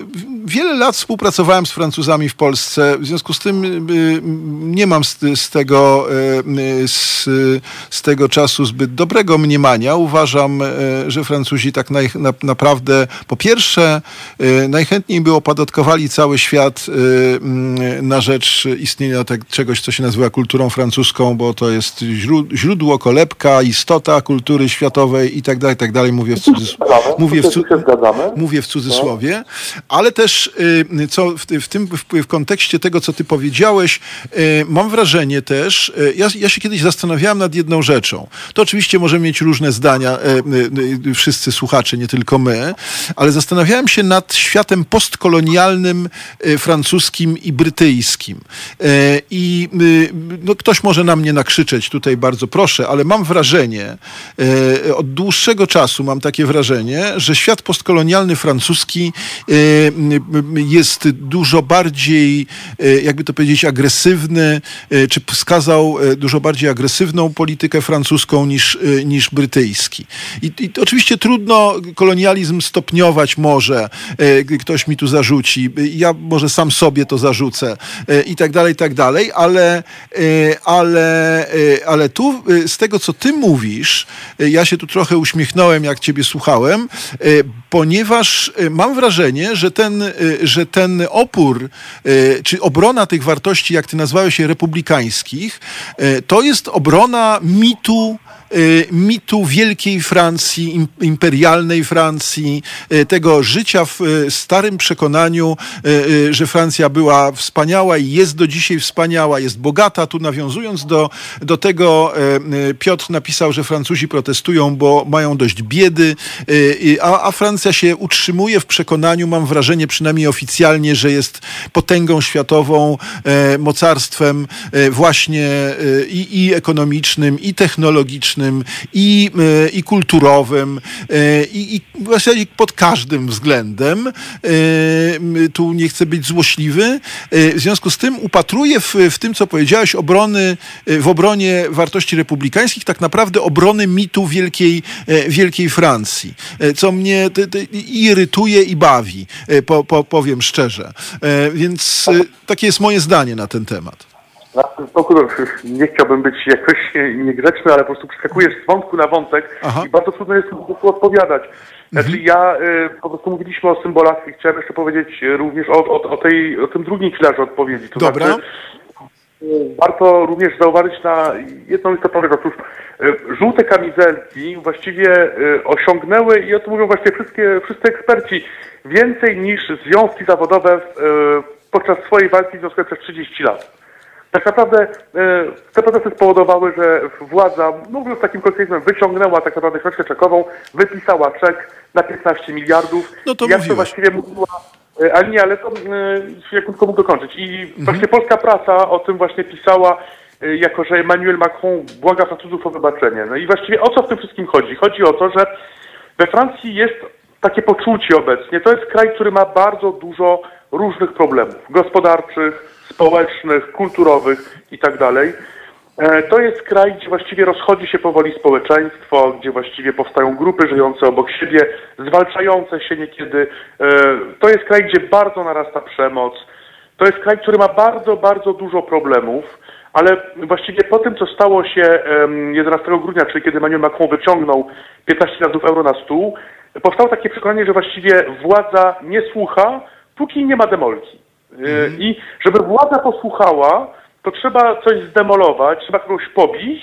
Speaker 1: wiele lat współpracowałem z Francuzami w Polsce, w związku z tym nie mam z, z, tego, z, z tego czasu zbyt dobrego mniemania. Uważam, że Francuzi tak naj, na, naprawdę, po pierwsze, najchętniej by opodatkowali cały świat na rzecz istnienia tak, czegoś, co się nazywa kulturą francuską, bo to jest źródło, kolebka, istota kultury światowej i tak dalej, i tak dalej. Mówię w cudzysłowie. Mówię w, cu mówię w cudzysłowie, ale też co w, w tym w, w kontekście tego, co ty powiedziałeś, mam wrażenie też, ja, ja się kiedyś zastanawiałem nad jedną rzeczą. To oczywiście możemy mieć różne zdania, wszyscy słuchacze, nie tylko my, ale zastanawiałem się nad światem postkolonialnym francuskim i brytyjskim. I no, ktoś może na mnie nakrzyczeć tutaj, bardzo proszę, ale mam wrażenie, od dłuższego czasu mam takie wrażenie, że świat postkolonialny francuski jest dużo bardziej, jakby to powiedzieć, agresywny, czy wskazał dużo bardziej agresywną politykę francuską niż, niż brytyjski. I, i oczywiście trudno kolonializm stopniować może, ktoś mi tu zarzuci, ja może sam sobie to zarzucę i tak dalej, i tak dalej, ale, ale, ale tu z tego, co ty mówisz, ja się tu trochę uśmiechnąłem, jak ciebie słuchałem, ponieważ mam wrażenie, że ten, że ten opór, czy obrona tych wartości, jak ty nazwałeś je, republikańskich, to jest obrona mitu, mitu wielkiej Francji, imperialnej Francji, tego życia w starym przekonaniu, że Francja była wspaniała i jest do dzisiaj wspaniała, jest bogata. Tu nawiązując do, do tego, Piotr napisał, że Francuzi protestują, bo mają dość biedy, a, a Francja się utrzymuje w przekonaniu, mam wrażenie, przynajmniej oficjalnie, że jest potęgą światową, mocarstwem właśnie i, i ekonomicznym, i technologicznym, I, i kulturowym, i, i właściwie pod każdym względem. Tu nie chcę być złośliwy. W związku z tym upatruję w, w tym, co powiedziałeś, obrony, w obronie wartości republikańskich, tak naprawdę obrony mitu wielkiej, wielkiej Francji, co mnie te, te, irytuje i bawi, po, po, powiem szczerze. Więc takie jest moje zdanie na ten temat.
Speaker 2: Nie chciałbym być jakoś niegrzeczny, ale po prostu przeskakujesz z wątku na wątek. Aha. I bardzo trudno jest po prostu odpowiadać. Znaczy mhm. ja y, po prostu mówiliśmy o symbolach i chciałem jeszcze powiedzieć również o, o, o, tej, o tym drugim filarze odpowiedzi. To
Speaker 1: Dobra.
Speaker 2: Znaczy, y, warto również zauważyć na jedną istotną rzecz. Otóż y, żółte kamizelki właściwie y, osiągnęły, i o tym mówią właściwie wszystkie, wszyscy eksperci, więcej niż związki zawodowe y, podczas swojej walki związkowej przez trzydzieści lat. Tak naprawdę e, te protesty spowodowały, że władza, mówiąc takim kolokwializmem, wyciągnęła tak naprawdę książkę czekową, wypisała czek na piętnaście miliardów.
Speaker 1: No to
Speaker 2: jak
Speaker 1: mówiłeś.
Speaker 2: to właściwie mówiła, e, ale nie, ale to e, jak tylko mógł dokończyć. I mhm. właśnie polska prasa o tym właśnie pisała, e, jako że Emmanuel Macron błaga Francuzów o wybaczenie. No i właściwie o co w tym wszystkim chodzi? Chodzi o to, że we Francji jest takie poczucie obecnie, to jest kraj, który ma bardzo dużo różnych problemów gospodarczych, społecznych, kulturowych i tak dalej. To jest kraj, gdzie właściwie rozchodzi się powoli społeczeństwo, gdzie właściwie powstają grupy żyjące obok siebie, zwalczające się niekiedy. To jest kraj, gdzie bardzo narasta przemoc. To jest kraj, który ma bardzo, bardzo dużo problemów, ale właściwie po tym, co stało się jedenastego grudnia, czyli kiedy Emmanuel Macron wyciągnął piętnaście miliardów euro na stół, powstało takie przekonanie, że właściwie władza nie słucha, póki nie ma demolki. Mm. I żeby władza posłuchała, to trzeba coś zdemolować, trzeba kogoś pobić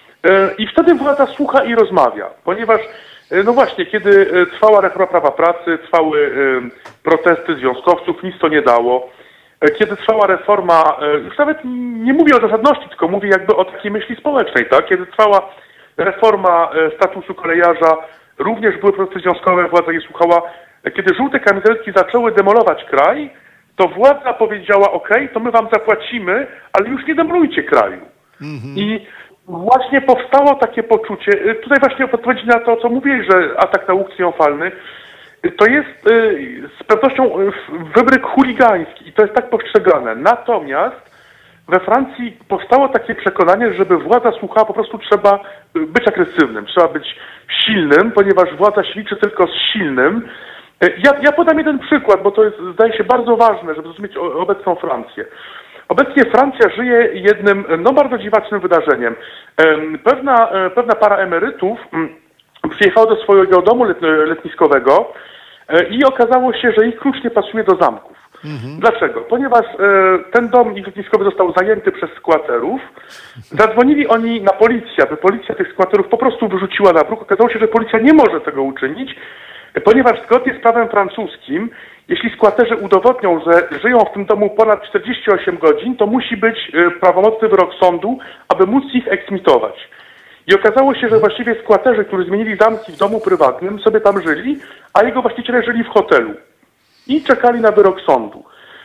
Speaker 2: i wtedy władza słucha i rozmawia. Ponieważ, no właśnie, kiedy trwała reforma prawa pracy, trwały protesty związkowców, nic to nie dało. Kiedy trwała reforma, już nawet nie mówię o zasadności, tylko mówię jakby o takiej myśli społecznej, tak? Kiedy trwała reforma statusu kolejarza, również były protesty związkowe, władza nie słuchała. Kiedy żółte kamizelki zaczęły demolować kraj, to władza powiedziała, ok, to my wam zapłacimy, ale już nie demolujcie kraju. Mm-hmm. I właśnie powstało takie poczucie, tutaj właśnie w odpowiedzi na to, co mówiłeś, że atak na łuk triumfalny, to jest z pewnością wybryk chuligański i to jest tak postrzegane. Natomiast we Francji powstało takie przekonanie, że żeby władza słuchała, po prostu trzeba być agresywnym, trzeba być silnym, ponieważ władza się liczy tylko z silnym Ja, ja podam jeden przykład, bo to jest, zdaje się, bardzo ważne, żeby zrozumieć obecną Francję. Obecnie Francja żyje jednym, no bardzo dziwacznym wydarzeniem. Pewna, pewna para emerytów przyjechała do swojego domu letniskowego i okazało się, że ich klucz nie pasuje do zamków. Mhm. Dlaczego? Ponieważ e, ten dom ich letniskowy został zajęty przez skwaterów. Zadzwonili oni na policję, aby policja tych skwaterów po prostu wyrzuciła na bruk. Okazało się, że policja nie może tego uczynić, ponieważ zgodnie z prawem francuskim, jeśli skwaterzy udowodnią, że żyją w tym domu ponad czterdzieści osiem godzin, to musi być e, prawomocny wyrok sądu, aby móc ich eksmitować. I okazało się, że właściwie skwaterzy, którzy zmienili zamki w domu prywatnym, sobie tam żyli, a jego właściciele żyli w hotelu. I czekali na wyrok sądu.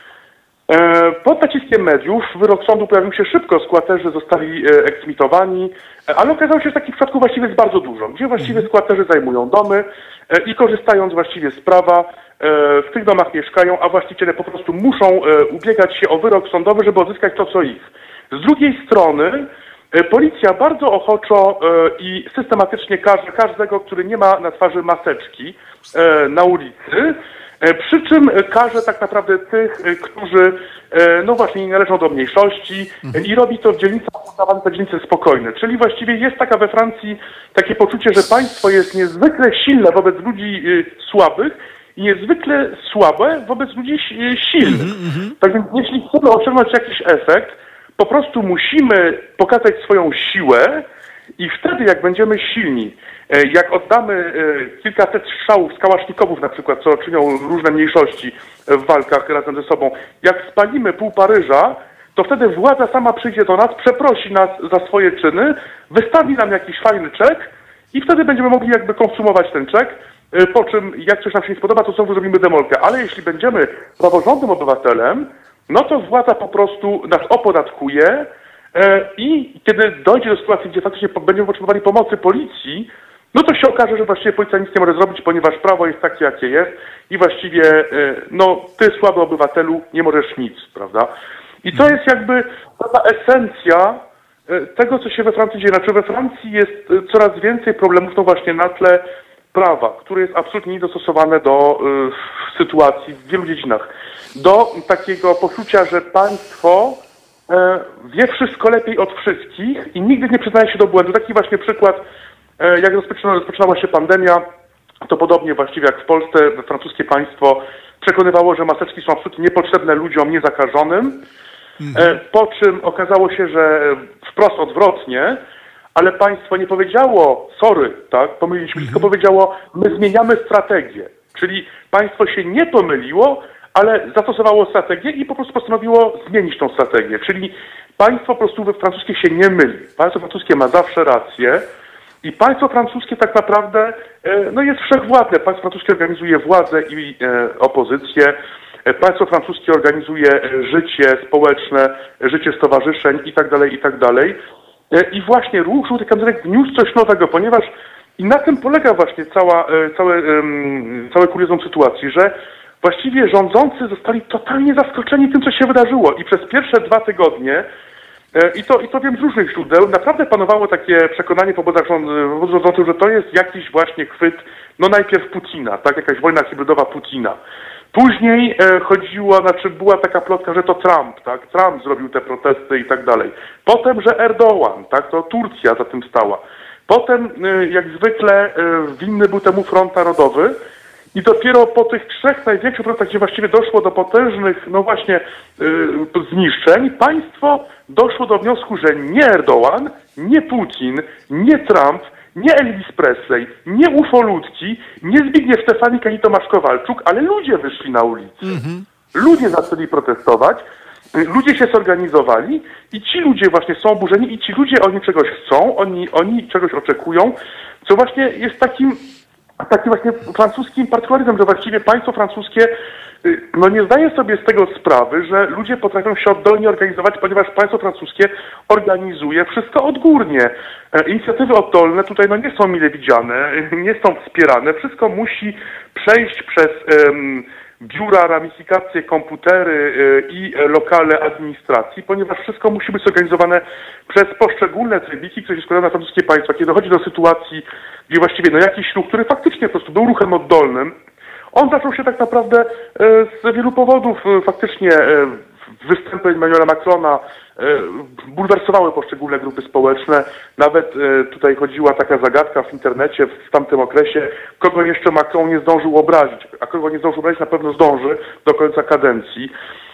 Speaker 2: E, pod naciskiem mediów wyrok sądu pojawił się szybko, skwaterzy zostali e, eksmitowani, e, ale okazało się, że takich przypadków właściwie jest bardzo dużo, gdzie właściwie skwaterzy zajmują domy e, i korzystając właściwie z prawa e, w tych domach mieszkają, a właściciele po prostu muszą e, ubiegać się o wyrok sądowy, żeby odzyskać to, co ich. Z drugiej strony e, policja bardzo ochoczo e, i systematycznie karze każdego, który nie ma na twarzy maseczki e, na ulicy, przy czym karze tak naprawdę tych, którzy no właśnie nie należą do mniejszości mhm. i robi to w dzielnicach uznawanych za dzielnice spokojne. Czyli właściwie jest taka we Francji takie poczucie, że państwo jest niezwykle silne wobec ludzi słabych i niezwykle słabe wobec ludzi silnych. Mhm. Tak więc jeśli chcemy osiągnąć jakiś efekt, po prostu musimy pokazać swoją siłę i wtedy jak będziemy silni, jak oddamy kilkaset strzałów z kałasznikowów na przykład, co czynią różne mniejszości w walkach razem ze sobą, jak spalimy pół Paryża, to wtedy władza sama przyjdzie do nas, przeprosi nas za swoje czyny, wystawi nam jakiś fajny czek i wtedy będziemy mogli jakby konsumować ten czek, po czym jak coś nam się nie spodoba, to znowu zrobimy demolkę. Ale jeśli będziemy praworządnym obywatelem, no to władza po prostu nas opodatkuje i kiedy dojdzie do sytuacji, gdzie faktycznie będziemy potrzebowali pomocy policji, no to się okaże, że właściwie policja nic nie może zrobić, ponieważ prawo jest takie, jakie jest i właściwie, no, ty słaby obywatelu nie możesz nic, prawda? I to jest jakby ta esencja tego, co się we Francji dzieje. Znaczy we Francji jest coraz więcej problemów, no właśnie na tle prawa, które jest absolutnie niedostosowane do y, sytuacji w wielu dziedzinach. Do takiego poczucia, że państwo y, wie wszystko lepiej od wszystkich i nigdy nie przyznaje się do błędu. Taki właśnie przykład, y, jak rozpoczynała, rozpoczynała się pandemia, to podobnie właściwie jak w Polsce, francuskie państwo przekonywało, że maseczki są absolutnie niepotrzebne ludziom niezakażonym, mhm. y, po czym okazało się, że wprost odwrotnie, ale państwo nie powiedziało, sorry, tak, pomyliliśmy, mhm. tylko powiedziało, my zmieniamy strategię. Czyli państwo się nie pomyliło, ale zastosowało strategię i po prostu postanowiło zmienić tą strategię. Czyli państwo po prostu francuskie się nie myli. Państwo francuskie ma zawsze rację i państwo francuskie tak naprawdę no, jest wszechwładne. Państwo francuskie organizuje władzę i e, opozycję. Państwo francuskie organizuje życie społeczne, życie stowarzyszeń i tak dalej, i tak dalej. I właśnie ruch Żółtych Kamizelek wniósł coś nowego, ponieważ i na tym polega właśnie cała, całe, całe kuriozum sytuacji, że właściwie rządzący zostali totalnie zaskoczeni tym, co się wydarzyło i przez pierwsze dwa tygodnie, i to, i to wiem z różnych źródeł, naprawdę panowało takie przekonanie w obozach rządzących, że to jest jakiś właśnie chwyt, no najpierw Putina, tak, jakaś wojna hybrydowa Putina. Później e, chodziło, znaczy była taka plotka, że to Trump, tak? Trump zrobił te protesty i tak dalej. Potem, że Erdoğan, tak? To Turcja za tym stała. Potem, e, jak zwykle, e, winny był temu Front Narodowy i dopiero po tych trzech największych protestach, gdzie właściwie doszło do potężnych, no właśnie, e, zniszczeń, państwo doszło do wniosku, że nie Erdoğan, nie Putin, nie Trump, nie Elvis Presley, nie ufolutki, nie Zbigniew Stefanik ani Tomasz Kowalczuk, ale ludzie wyszli na ulicę. Mm-hmm. Ludzie zaczęli protestować, ludzie się zorganizowali i ci ludzie właśnie są oburzeni i ci ludzie, oni czegoś chcą, oni, oni czegoś oczekują, co właśnie jest takim, takim właśnie francuskim partykułaryzmem, że właściwie państwo francuskie no nie zdaje sobie z tego sprawy, że ludzie potrafią się oddolnie organizować, ponieważ państwo francuskie organizuje wszystko odgórnie. Inicjatywy oddolne tutaj no nie są mile widziane, nie są wspierane. Wszystko musi przejść przez um, biura, ramifikacje, komputery y, i lokale administracji, ponieważ wszystko musi być zorganizowane przez poszczególne trybiki, które się składają na francuskie państwa. Kiedy dochodzi do sytuacji, gdzie właściwie no jakiś ruch, który faktycznie po prostu był ruchem oddolnym, On zaczął się tak naprawdę z wielu powodów. Faktycznie występy Emmanuela Macrona bulwersowały poszczególne grupy społeczne. Nawet tutaj chodziła taka zagadka w internecie w tamtym okresie, kogo jeszcze Macron nie zdążył obrazić, a kogo nie zdążył obrazić, na pewno zdąży do końca kadencji.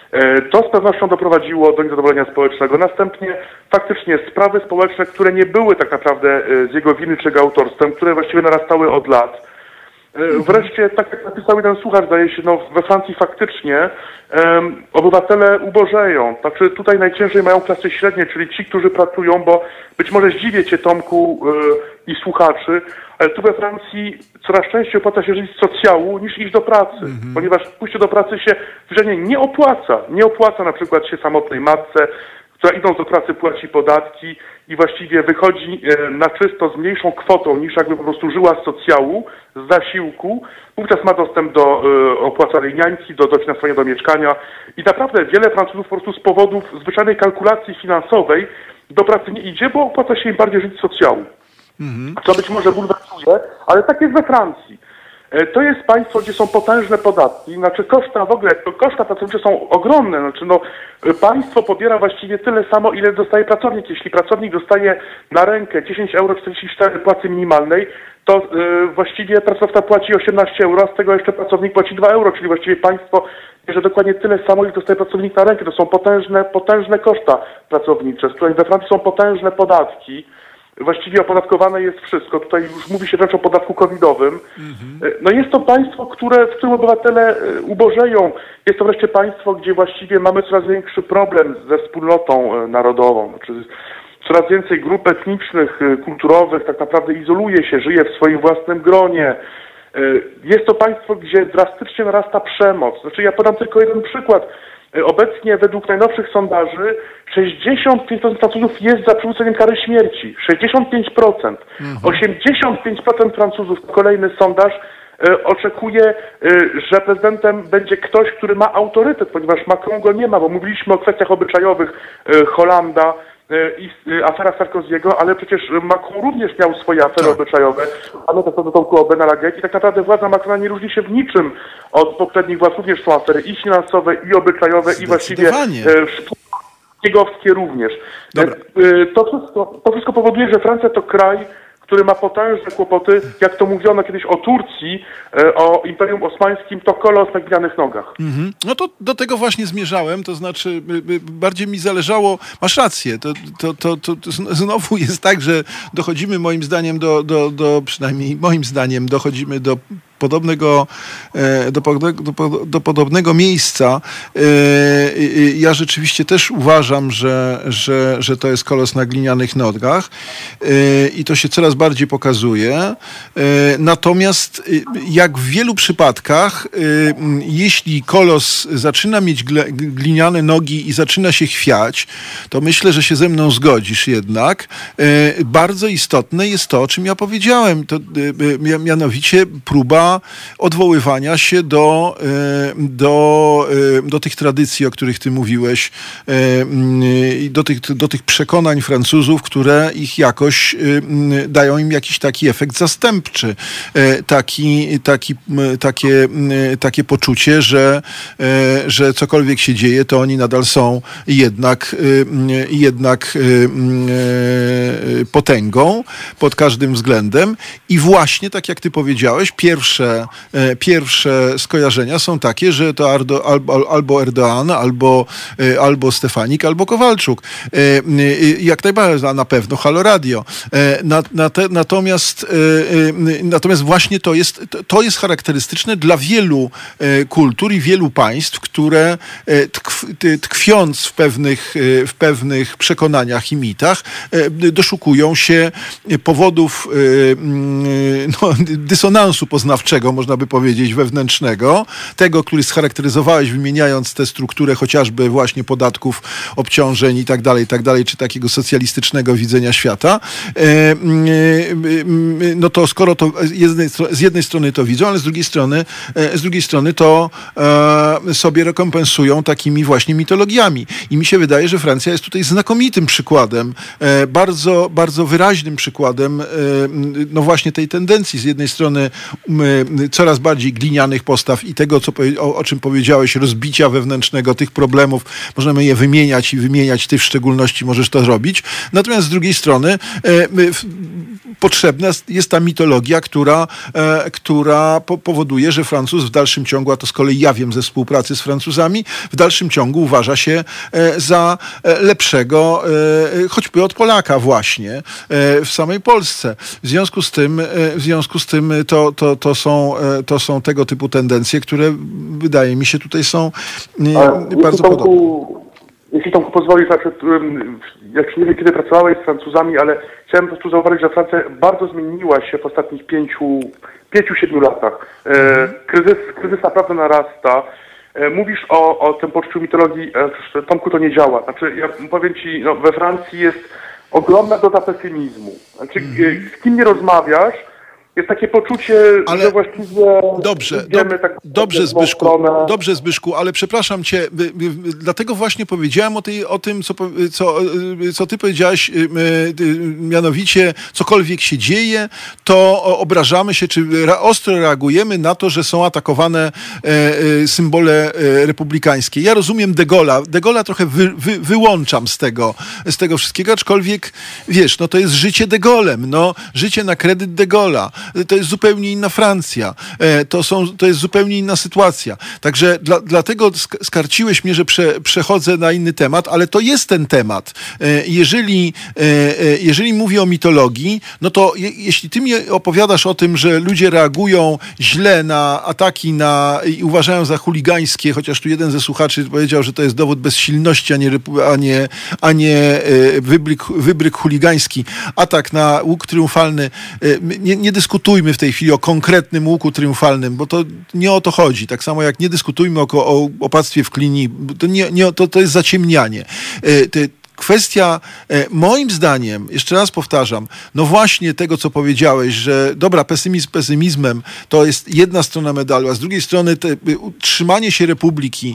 Speaker 2: To z pewnością doprowadziło do niezadowolenia społecznego. Następnie faktycznie sprawy społeczne, które nie były tak naprawdę z jego winy czy jego autorstwem, które właściwie narastały od lat. Wreszcie, tak jak napisał jeden słuchacz, zdaje się, no we Francji faktycznie um, obywatele ubożeją. Znaczy tutaj najciężej mają klasy średnie, czyli ci, którzy pracują, bo być może zdziwię cię, Tomku, yy, i słuchaczy, ale tu we Francji coraz częściej opłaca się żyć z socjału niż iść do pracy, mm-hmm. ponieważ pójście do pracy się zwyczajnie nie opłaca. Nie opłaca na przykład się samotnej matce, która idąc do pracy płaci podatki i właściwie wychodzi na czysto z mniejszą kwotą niż jakby po prostu żyła z socjału, z zasiłku, wówczas ma dostęp do y, opłacanej niańki, do dofinansowania do mieszkania i naprawdę wiele Francuzów po prostu z powodów zwyczajnej kalkulacji finansowej do pracy nie idzie, bo opłaca się im bardziej żyć z socjału. Mm-hmm. Co być może bulwersuje, ale tak jest we Francji. To jest państwo, gdzie są potężne podatki, znaczy koszta w ogóle, koszta pracownicze są ogromne, znaczy no państwo pobiera właściwie tyle samo, ile dostaje pracownik. Jeśli pracownik dostaje na rękę dziesięć euro czterdzieści cztery płacy minimalnej, to yy, właściwie pracodawca płaci osiemnaście euro, a z tego jeszcze pracownik płaci dwa euro, czyli właściwie państwo bierze dokładnie tyle samo, ile dostaje pracownik na rękę. To są potężne, potężne koszta pracownicze, z których we Francji są potężne podatki. Właściwie opodatkowane jest wszystko. Tutaj już mówi się wręcz o podatku covidowym. Mm-hmm. No jest to państwo, które, w którym obywatele ubożeją. Jest to wreszcie państwo, gdzie właściwie mamy coraz większy problem ze wspólnotą narodową. Znaczy, coraz więcej grup etnicznych, kulturowych tak naprawdę izoluje się, żyje w swoim własnym gronie. Jest to państwo, gdzie drastycznie narasta przemoc. Znaczy ja podam tylko jeden przykład. Obecnie według najnowszych sondaży sześćdziesiąt pięć procent Francuzów jest za przywróceniem kary śmierci. sześćdziesiąt pięć procent. Mhm. osiemdziesiąt pięć procent Francuzów, kolejny sondaż, e, oczekuje, e, że prezydentem będzie ktoś, który ma autorytet, ponieważ Macron go nie ma, bo mówiliśmy o kwestiach obyczajowych e, Hollanda e, i e, afera Sarkoziego, ale przecież Macron również miał swoje afery tak. obyczajowe. Mamy to do Tomku o Benalla i tak naprawdę władza Macrona nie różni się w niczym od poprzednich władz. Również są afery i finansowe, i obyczajowe, i właściwie szpiegowskie również. Dobra. To wszystko, to wszystko powoduje, że Francja to kraj, który ma potężne kłopoty, jak to mówiono kiedyś o Turcji, o Imperium Osmańskim, to kolos na glinianych nogach.
Speaker 1: Mm-hmm. No to do tego właśnie zmierzałem, to znaczy bardziej mi zależało, masz rację, to, to, to, to, to znowu jest tak, że dochodzimy moim zdaniem do, do, do przynajmniej moim zdaniem dochodzimy do podobnego, do, do, do podobnego miejsca. Ja rzeczywiście też uważam, że, że, że to jest kolos na glinianych nogach i to się coraz bardziej pokazuje. Natomiast jak w wielu przypadkach, jeśli kolos zaczyna mieć gliniane nogi i zaczyna się chwiać, to myślę, że się ze mną zgodzisz jednak. Bardzo istotne jest to, o czym ja powiedziałem, to mianowicie próba odwoływania się do, do, do tych tradycji, o których ty mówiłeś, do tych, do tych przekonań Francuzów, które ich jakoś dają im jakiś taki efekt zastępczy. Taki, taki, takie, takie poczucie, że, że cokolwiek się dzieje, to oni nadal są jednak, jednak potęgą pod każdym względem. I właśnie, tak jak ty powiedziałeś, pierwsze Pierwsze skojarzenia są takie, że to albo, albo Erdoğan, albo, albo Stefanik, albo Kowalczuk. Jak najbardziej, na pewno Halo Radio. Natomiast, natomiast właśnie to jest, to jest charakterystyczne dla wielu kultur i wielu państw, które tkwiąc w pewnych, w pewnych przekonaniach i mitach, doszukują się powodów no, dysonansu poznawczego, można by powiedzieć, wewnętrznego, tego, który scharakteryzowałeś, wymieniając tę strukturę chociażby właśnie podatków, obciążeń i tak dalej, i tak dalej, czy takiego socjalistycznego widzenia świata, no to skoro to z jednej strony to widzą, ale z drugiej strony, z drugiej strony to sobie rekompensują takimi właśnie mitologiami. I mi się wydaje, że Francja jest tutaj znakomitym przykładem, bardzo, bardzo wyraźnym przykładem, no właśnie tej tendencji. Z jednej strony coraz bardziej glinianych postaw i tego, co, o, o czym powiedziałeś, rozbicia wewnętrznego, tych problemów, możemy je wymieniać i wymieniać, ty w szczególności możesz to robić. Natomiast z drugiej strony potrzebna jest ta mitologia, która, która powoduje, że Francuz w dalszym ciągu, a to z kolei ja wiem ze współpracy z Francuzami, w dalszym ciągu uważa się za lepszego, choćby od Polaka właśnie, w samej Polsce. W związku z tym, w związku z tym to, to, to, są, to są tego typu tendencje, które wydaje mi się tutaj są Ale bardzo
Speaker 2: Tomku,
Speaker 1: podobne.
Speaker 2: Jeśli Tomku pozwolisz, znaczy, jak nie wiem, kiedy pracowałeś z Francuzami, ale chciałem po prostu zauważyć, że Francja bardzo zmieniła się w ostatnich pięciu, pięciu, siedmiu latach. E, kryzys, kryzys naprawdę narasta. E, mówisz o, o tym poczuciu mitologii, e, Tomku, to nie działa. Znaczy, ja powiem ci, no, we Francji jest ogromna doza pesymizmu. Znaczy, mm. z kim nie rozmawiasz, jest takie poczucie, ale że właściwie
Speaker 1: dobrze, dob
Speaker 2: tak
Speaker 1: dobrze, Zbyszku, dobrze, Zbyszku, ale przepraszam cię, dlatego właśnie powiedziałem o, tej, o tym, co, co, co ty powiedziałeś, mianowicie cokolwiek się dzieje, to obrażamy się, czy ostro reagujemy na to, że są atakowane symbole republikańskie. Ja rozumiem De Gaulle'a, De Gaulle'a trochę wy, wy, wyłączam z tego, z tego wszystkiego, aczkolwiek, wiesz, no to jest życie De Gaulle'em, no, życie na kredyt De Gaulle'a. To jest zupełnie inna Francja. To, są, to jest zupełnie inna sytuacja. Także dla, dlatego skarciłeś mnie, że prze, przechodzę na inny temat, ale to jest ten temat. Jeżeli, jeżeli mówię o mitologii, no to je, jeśli ty mi opowiadasz o tym, że ludzie reagują źle na ataki na, i uważają za chuligańskie, chociaż tu jeden ze słuchaczy powiedział, że to jest dowód bezsilności, a nie, a nie, a nie wybryk, wybryk chuligański, atak na łuk triumfalny, nie, nie dyskutujmy w tej chwili o konkretnym łuku triumfalnym, bo to nie o to chodzi. Tak samo jak nie dyskutujmy o, o opactwie w Cluny, to, nie, nie, to, to jest zaciemnianie. Ty, Kwestia, moim zdaniem, jeszcze raz powtarzam, no właśnie tego, co powiedziałeś, że dobra, pesymizm pesymizmem to jest jedna strona medalu, a z drugiej strony te, trzymanie się republiki.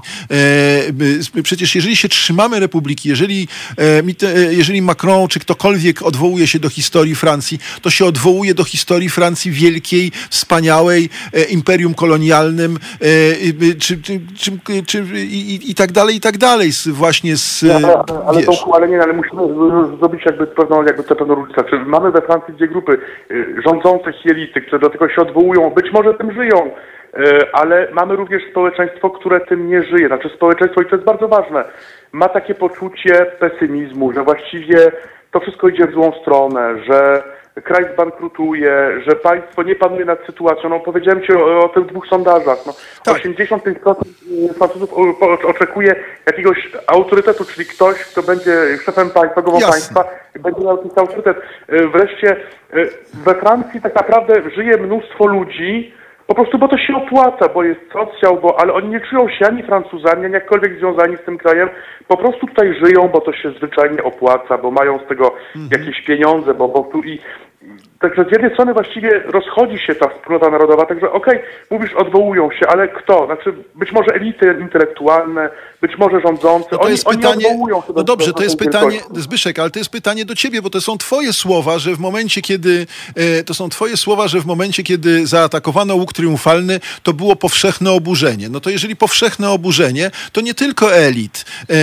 Speaker 1: E, przecież jeżeli się trzymamy republiki, jeżeli, e, jeżeli Macron czy ktokolwiek odwołuje się do historii Francji, to się odwołuje do historii Francji wielkiej, wspaniałej, e, imperium kolonialnym, e, czy, czy, czy, czy, i, i tak dalej, i tak dalej. Z, właśnie z...
Speaker 2: Ale, ale wiesz, to... Ale nie, ale musimy zrobić jakby pewną, jakby tę pewną różnicę. Czy mamy we Francji dwie grupy y, rządzących i elity, które do tego się odwołują, być może tym żyją, y, ale mamy również społeczeństwo, które tym nie żyje. Znaczy społeczeństwo, i to jest bardzo ważne, ma takie poczucie pesymizmu, że właściwie to wszystko idzie w złą stronę, że kraj zbankrutuje, że państwo nie panuje nad sytuacją. No, powiedziałem ci o, o tych dwóch sondażach. No, tak. osiemdziesiąt pięć procent Francuzów oczekuje jakiegoś autorytetu, czyli ktoś, kto będzie szefem państwa, głową państwa, będzie miał ten autorytet. Wreszcie we Francji tak naprawdę żyje mnóstwo ludzi, po prostu, bo to się opłaca, bo jest socjal, bo, ale oni nie czują się ani Francuzami, ani jakkolwiek związani z tym krajem. Po prostu tutaj żyją, bo to się zwyczajnie opłaca, bo mają z tego mm-hmm. jakieś pieniądze, bo, bo tu i... Także z jednej strony właściwie rozchodzi się ta wspólnota narodowa, także okej, okay, mówisz, odwołują się, ale kto? Znaczy być może elity intelektualne, być może rządzący,
Speaker 1: no to
Speaker 2: oni,
Speaker 1: jest
Speaker 2: oni
Speaker 1: pytanie,
Speaker 2: odwołują się do
Speaker 1: no dobrze,
Speaker 2: do,
Speaker 1: to jest
Speaker 2: do
Speaker 1: pytanie,
Speaker 2: wielkości.
Speaker 1: Zbyszek, ale to jest pytanie do ciebie, bo to są twoje słowa, że w momencie, kiedy e, to są twoje słowa, że w momencie, kiedy zaatakowano łuk triumfalny, to było powszechne oburzenie. No to jeżeli powszechne oburzenie, to nie tylko elit. E, e,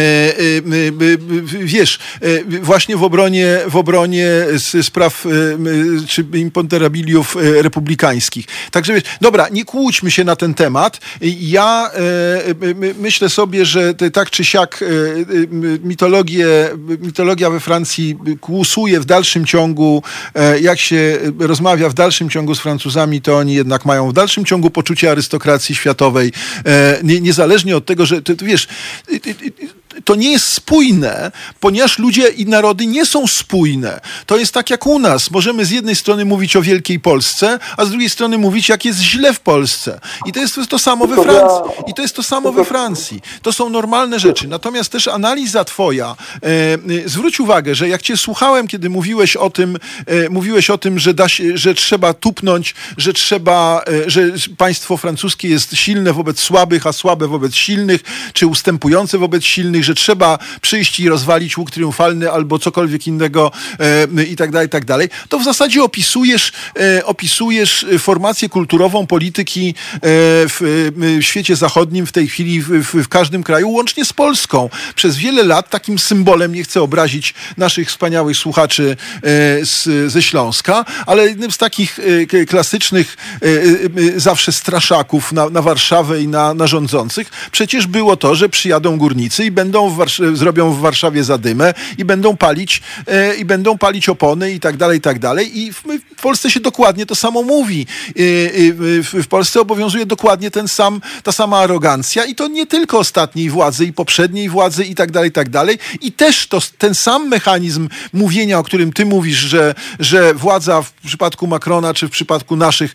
Speaker 1: e, wiesz, e, właśnie w obronie, w obronie spraw e, czy imponderabiliów e, republikańskich. Także wiesz, dobra, nie kłóćmy się na ten temat. Ja e, my, myślę sobie, że te, tak czy siak e, mitologię, mitologia we Francji kłusuje w dalszym ciągu, e, jak się rozmawia w dalszym ciągu z Francuzami, to oni jednak mają w dalszym ciągu poczucie arystokracji światowej. E, nie, niezależnie od tego, że ty, ty, wiesz, ty, ty, to nie jest spójne, ponieważ ludzie i narody nie są spójne. To jest tak jak u nas. Możemy z jednej strony mówić o wielkiej Polsce, a z drugiej strony mówić, jak jest źle w Polsce. I to jest to samo we Francji. I to jest to samo we Francji. To są normalne rzeczy. Natomiast też analiza twoja, e, zwróć uwagę, że jak cię słuchałem, kiedy mówiłeś o tym, e, mówiłeś o tym, że, da się, że trzeba tupnąć, że trzeba, e, że państwo francuskie jest silne wobec słabych, a słabe wobec silnych, czy ustępujące wobec silnych, że trzeba przyjść i rozwalić łuk triumfalny albo cokolwiek innego e, i tak dalej, i tak dalej. To w zasadzie opisujesz, e, opisujesz formację kulturową polityki e, w, w świecie zachodnim w tej chwili w, w, w każdym kraju, łącznie z Polską. Przez wiele lat takim symbolem, nie chcę obrazić naszych wspaniałych słuchaczy e, z, ze Śląska, ale jednym z takich e, klasycznych e, e, zawsze straszaków na, na Warszawę i na, na rządzących przecież było to, że przyjadą górnicy i będą w Warsz- zrobią w Warszawie zadymę i będą palić e, i będą palić opony i tak dalej, i tak dalej. I w, w Polsce się dokładnie to samo mówi. E, e, w, w Polsce obowiązuje dokładnie ten sam, ta sama arogancja i to nie tylko ostatniej władzy i poprzedniej władzy i tak dalej, i tak dalej. I też to, ten sam mechanizm mówienia, o którym ty mówisz, że, że władza w przypadku Macrona czy w przypadku naszych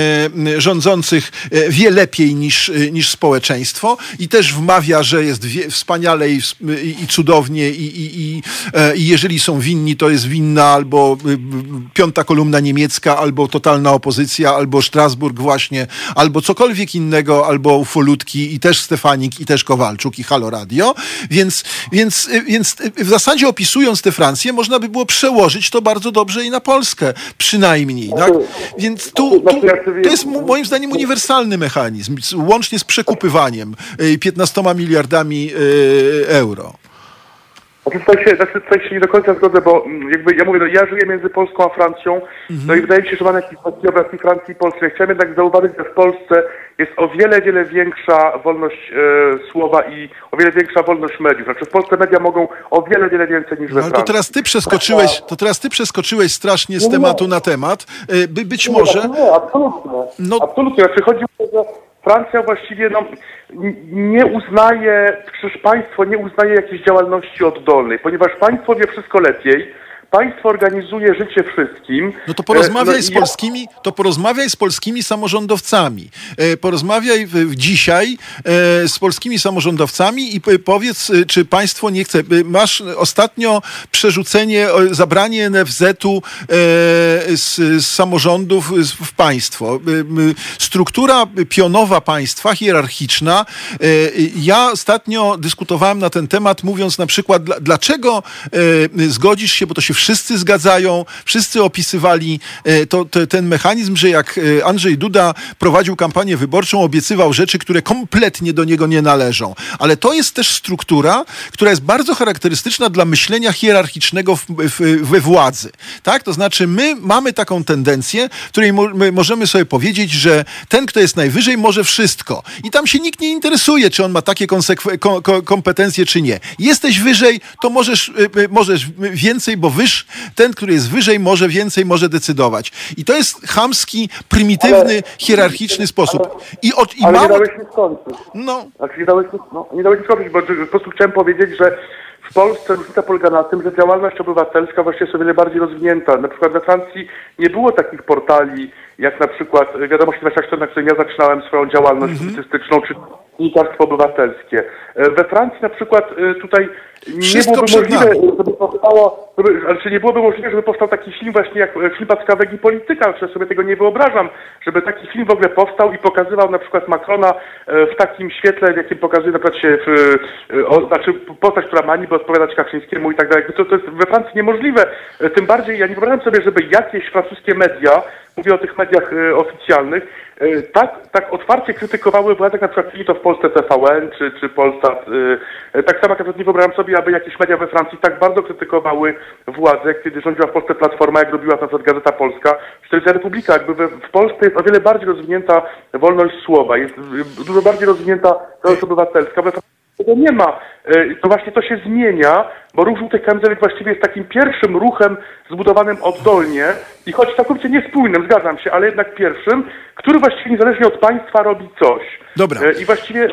Speaker 1: e, rządzących e, wie lepiej niż, niż społeczeństwo i też wmawia, że jest wie, wspaniale i, i, i cudownie i, i, i, e, i jeżeli są winni, to jest winna albo y, piąta kolumna niemiecka, albo totalna opozycja, albo Strasburg właśnie, albo cokolwiek innego, albo ufolutki i też Stefanik, i też Kowalczuk, i Halo Radio. Więc, więc, więc w zasadzie opisując tę Francję, można by było przełożyć to bardzo dobrze i na Polskę, przynajmniej. Tak? Więc tu, tu to jest moim zdaniem uniwersalny mechanizm, łącznie z przekupywaniem piętnastoma miliardami euro.
Speaker 2: Znaczy tutaj, się, znaczy tutaj się nie do końca zgodzę, bo jakby ja mówię, no ja żyję między Polską a Francją, mhm. no i wydaje mi się, że mam jakiś taki obraz i Francji i Polski. Chciałem jednak zauważyć, że w Polsce jest o wiele, wiele większa wolność e, słowa i o wiele większa wolność mediów. Znaczy w Polsce media mogą o wiele, wiele więcej niż we Francji.
Speaker 1: Ale to teraz ty przeskoczyłeś, to teraz ty przeskoczyłeś strasznie z
Speaker 2: nie,
Speaker 1: tematu
Speaker 2: nie.
Speaker 1: na temat. By, być
Speaker 2: nie,
Speaker 1: może...
Speaker 2: Nie, absolutnie. No... Absolutnie. Znaczy chodzi o to, że Francja właściwie no, nie uznaje, przecież państwo nie uznaje jakiejś działalności oddolnej, ponieważ państwo wie wszystko lepiej, państwo organizuje życie wszystkim.
Speaker 1: No to porozmawiaj
Speaker 2: no,
Speaker 1: z polskimi, to porozmawiaj z polskimi samorządowcami. E, porozmawiaj w, dzisiaj e, z polskimi samorządowcami i powiedz, czy państwo nie chce. Masz ostatnio przerzucenie, zabranie N F Z-u e, z, z samorządów w państwo. E, struktura pionowa państwa, hierarchiczna. E, ja ostatnio dyskutowałem na ten temat, mówiąc na przykład, dla, dlaczego e, zgodzisz się, bo to się wszyscy zgadzają, wszyscy opisywali to, to, ten mechanizm, że jak Andrzej Duda prowadził kampanię wyborczą, obiecywał rzeczy, które kompletnie do niego nie należą. Ale to jest też struktura, która jest bardzo charakterystyczna dla myślenia hierarchicznego w, w, we władzy. Tak? To znaczy my mamy taką tendencję, w której mo, my możemy sobie powiedzieć, że ten, kto jest najwyżej, może wszystko. I tam się nikt nie interesuje, czy on ma takie konsekwe- kom, kom, kompetencje, czy nie. Jesteś wyżej, to możesz, możesz więcej, bo wyżej ten, który jest wyżej, może więcej, może decydować. I to jest chamski, prymitywny, ale, hierarchiczny sposób.
Speaker 2: Ale,
Speaker 1: I, od, i
Speaker 2: ale
Speaker 1: mało...
Speaker 2: nie dałeś mi skończyć.
Speaker 1: No.
Speaker 2: Znaczy, nie dałeś mi, no, nie dałeś mi skończyć, bo po prostu chciałem powiedzieć, że w Polsce różnica polega na tym, że działalność obywatelska właściwie jest o wiele bardziej rozwinięta. Na przykład we Francji nie było takich portali, jak na przykład Wiadomości dwadzieścia cztery, na którym ja zaczynałem swoją działalność mm-hmm. publicystyczną, czy Dziennikarstwo Obywatelskie. We Francji na przykład tutaj nie
Speaker 1: Wszystko
Speaker 2: byłoby możliwe,
Speaker 1: nami.
Speaker 2: żeby powstało, żeby, znaczy nie byłoby możliwe, żeby powstał taki film właśnie jak film Packawek i Polityka, że sobie tego nie wyobrażam, żeby taki film w ogóle powstał i pokazywał na przykład Macrona w takim świetle, w jakim pokazuje na przykład się w, o, znaczy postać, która ma niby odpowiadać Kaczyńskiemu i tak dalej. To, to jest we Francji niemożliwe. Tym bardziej ja nie wyobrażam sobie, żeby jakieś francuskie media, mówię o tych mediach e, oficjalnych, e, tak, tak otwarcie krytykowały władzę, jak na przykład czyni to w Polsce T V N czy, czy Polsat. E, tak samo jak na przykład nie wyobrażam sobie, aby jakieś media we Francji tak bardzo krytykowały władzę, kiedy rządziła w Polsce Platforma, jak robiła na przykład Gazeta Polska, czy Telewizja Republika. Jakby we, w Polsce jest o wiele bardziej rozwinięta wolność słowa, jest dużo bardziej rozwinięta wolność obywatelska. We Francji tego nie ma. To właśnie to się zmienia, bo ruch żółtych kamizelek właściwie jest takim pierwszym ruchem zbudowanym oddolnie i choć całkowicie niespójnym, zgadzam się, ale jednak pierwszym, który właściwie niezależnie od państwa robi coś.
Speaker 1: Dobra.
Speaker 2: I właściwie...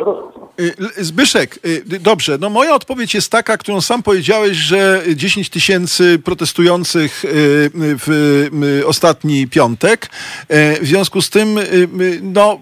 Speaker 1: Zbyszek, dobrze, no moja odpowiedź jest taka, którą sam powiedziałeś, że dziesięć tysięcy protestujących w ostatni piątek. W związku z tym, no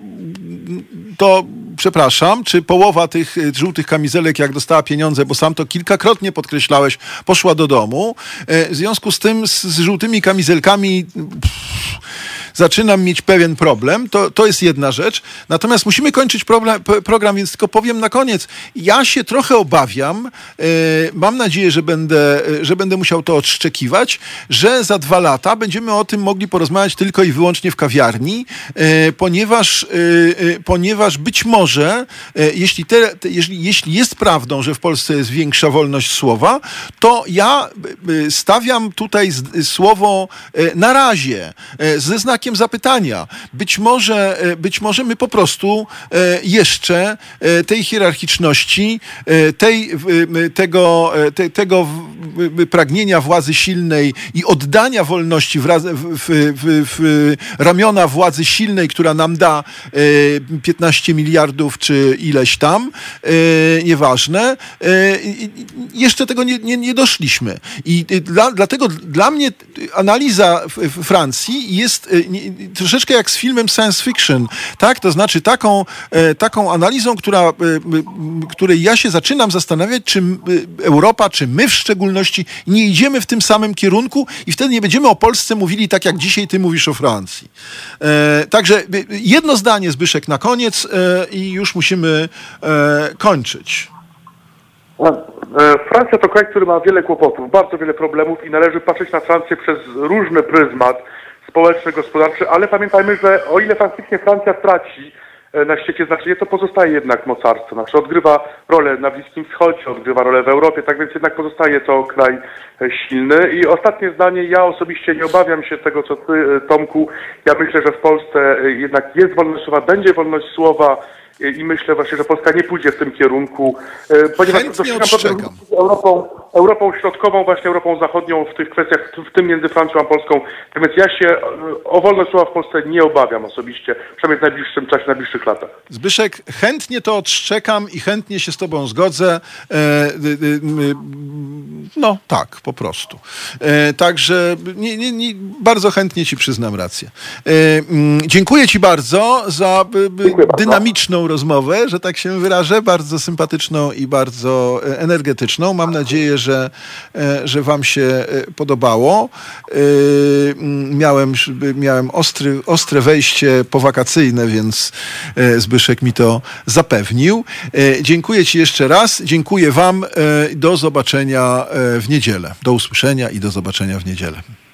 Speaker 1: to przepraszam, czy połowa tych żółtych kamizelek, jak dostała pieniądze, bo sam to kilkakrotnie podkreślałeś, poszła do domu. W związku z tym z, z żółtymi kamizelkami pff, zaczynam mieć pewien problem. To, to jest jedna rzecz. Natomiast musimy kończyć problem, program, więc tylko powiem na koniec. Ja się trochę obawiam, mam nadzieję, że będę, że będę musiał to odszczekiwać, że za dwa lata będziemy o tym mogli porozmawiać tylko i wyłącznie w kawiarni, ponieważ, ponieważ być może, jeśli, te, jeśli, jeśli jest prawdą, że w Polsce jest większa wolność słowa, to ja stawiam tutaj słowo na razie, ze znakiem zapytania. Być może, być może my po prostu jeszcze tej hierarchiczności, tej, tego, te, tego pragnienia władzy silnej i oddania wolności w, w, w, w ramiona władzy silnej, która nam da piętnaście miliardów czy ileś tam, nieważne, jeszcze tego nie, nie, nie doszliśmy. I dla, dlatego dla mnie analiza Francji jest troszeczkę jak z filmem science fiction, tak? To znaczy taką, taką analizą, która, której ja się zaczynam zastanawiać, czy Europa, czy my w szczególności nie idziemy w tym samym kierunku i wtedy nie będziemy o Polsce mówili tak, jak dzisiaj ty mówisz o Francji. Także jedno zdanie, Zbyszek, na koniec i już musimy kończyć.
Speaker 2: Francja to kraj, który ma wiele kłopotów, bardzo wiele problemów i należy patrzeć na Francję przez różny pryzmat społeczny, gospodarczy, ale pamiętajmy, że o ile faktycznie Francja traci na świecie znaczenie, to pozostaje jednak mocarstwo. Znaczy odgrywa rolę na Bliskim Wschodzie, odgrywa rolę w Europie, tak więc jednak pozostaje to kraj silny. I ostatnie zdanie, ja osobiście nie obawiam się tego, co ty, Tomku. Ja myślę, że w Polsce jednak jest wolność słowa, będzie wolność słowa, i myślę właśnie, że Polska nie pójdzie w tym kierunku, ponieważ
Speaker 1: dostrzegam
Speaker 2: Europą, Europą Środkową, właśnie Europą Zachodnią w tych kwestiach, w tym między Francją a Polską. Więc ja się o wolność słowa w Polsce nie obawiam osobiście, przynajmniej w najbliższym czasie, w najbliższych latach.
Speaker 1: Zbyszek, chętnie to odszczekam i chętnie się z tobą zgodzę. No tak, po prostu. Także nie, nie, nie, bardzo chętnie ci przyznam rację. Dziękuję ci bardzo za
Speaker 2: Dziękuję
Speaker 1: dynamiczną
Speaker 2: bardzo.
Speaker 1: rozmowę, że tak się wyrażę, bardzo sympatyczną i bardzo energetyczną. Mam nadzieję, że, że wam się podobało. Miałem, miałem ostry, ostre wejście powakacyjne, więc Zbyszek mi to zapewnił. Dziękuję ci jeszcze raz. Dziękuję wam. Do zobaczenia w niedzielę. Do usłyszenia i do zobaczenia w niedzielę.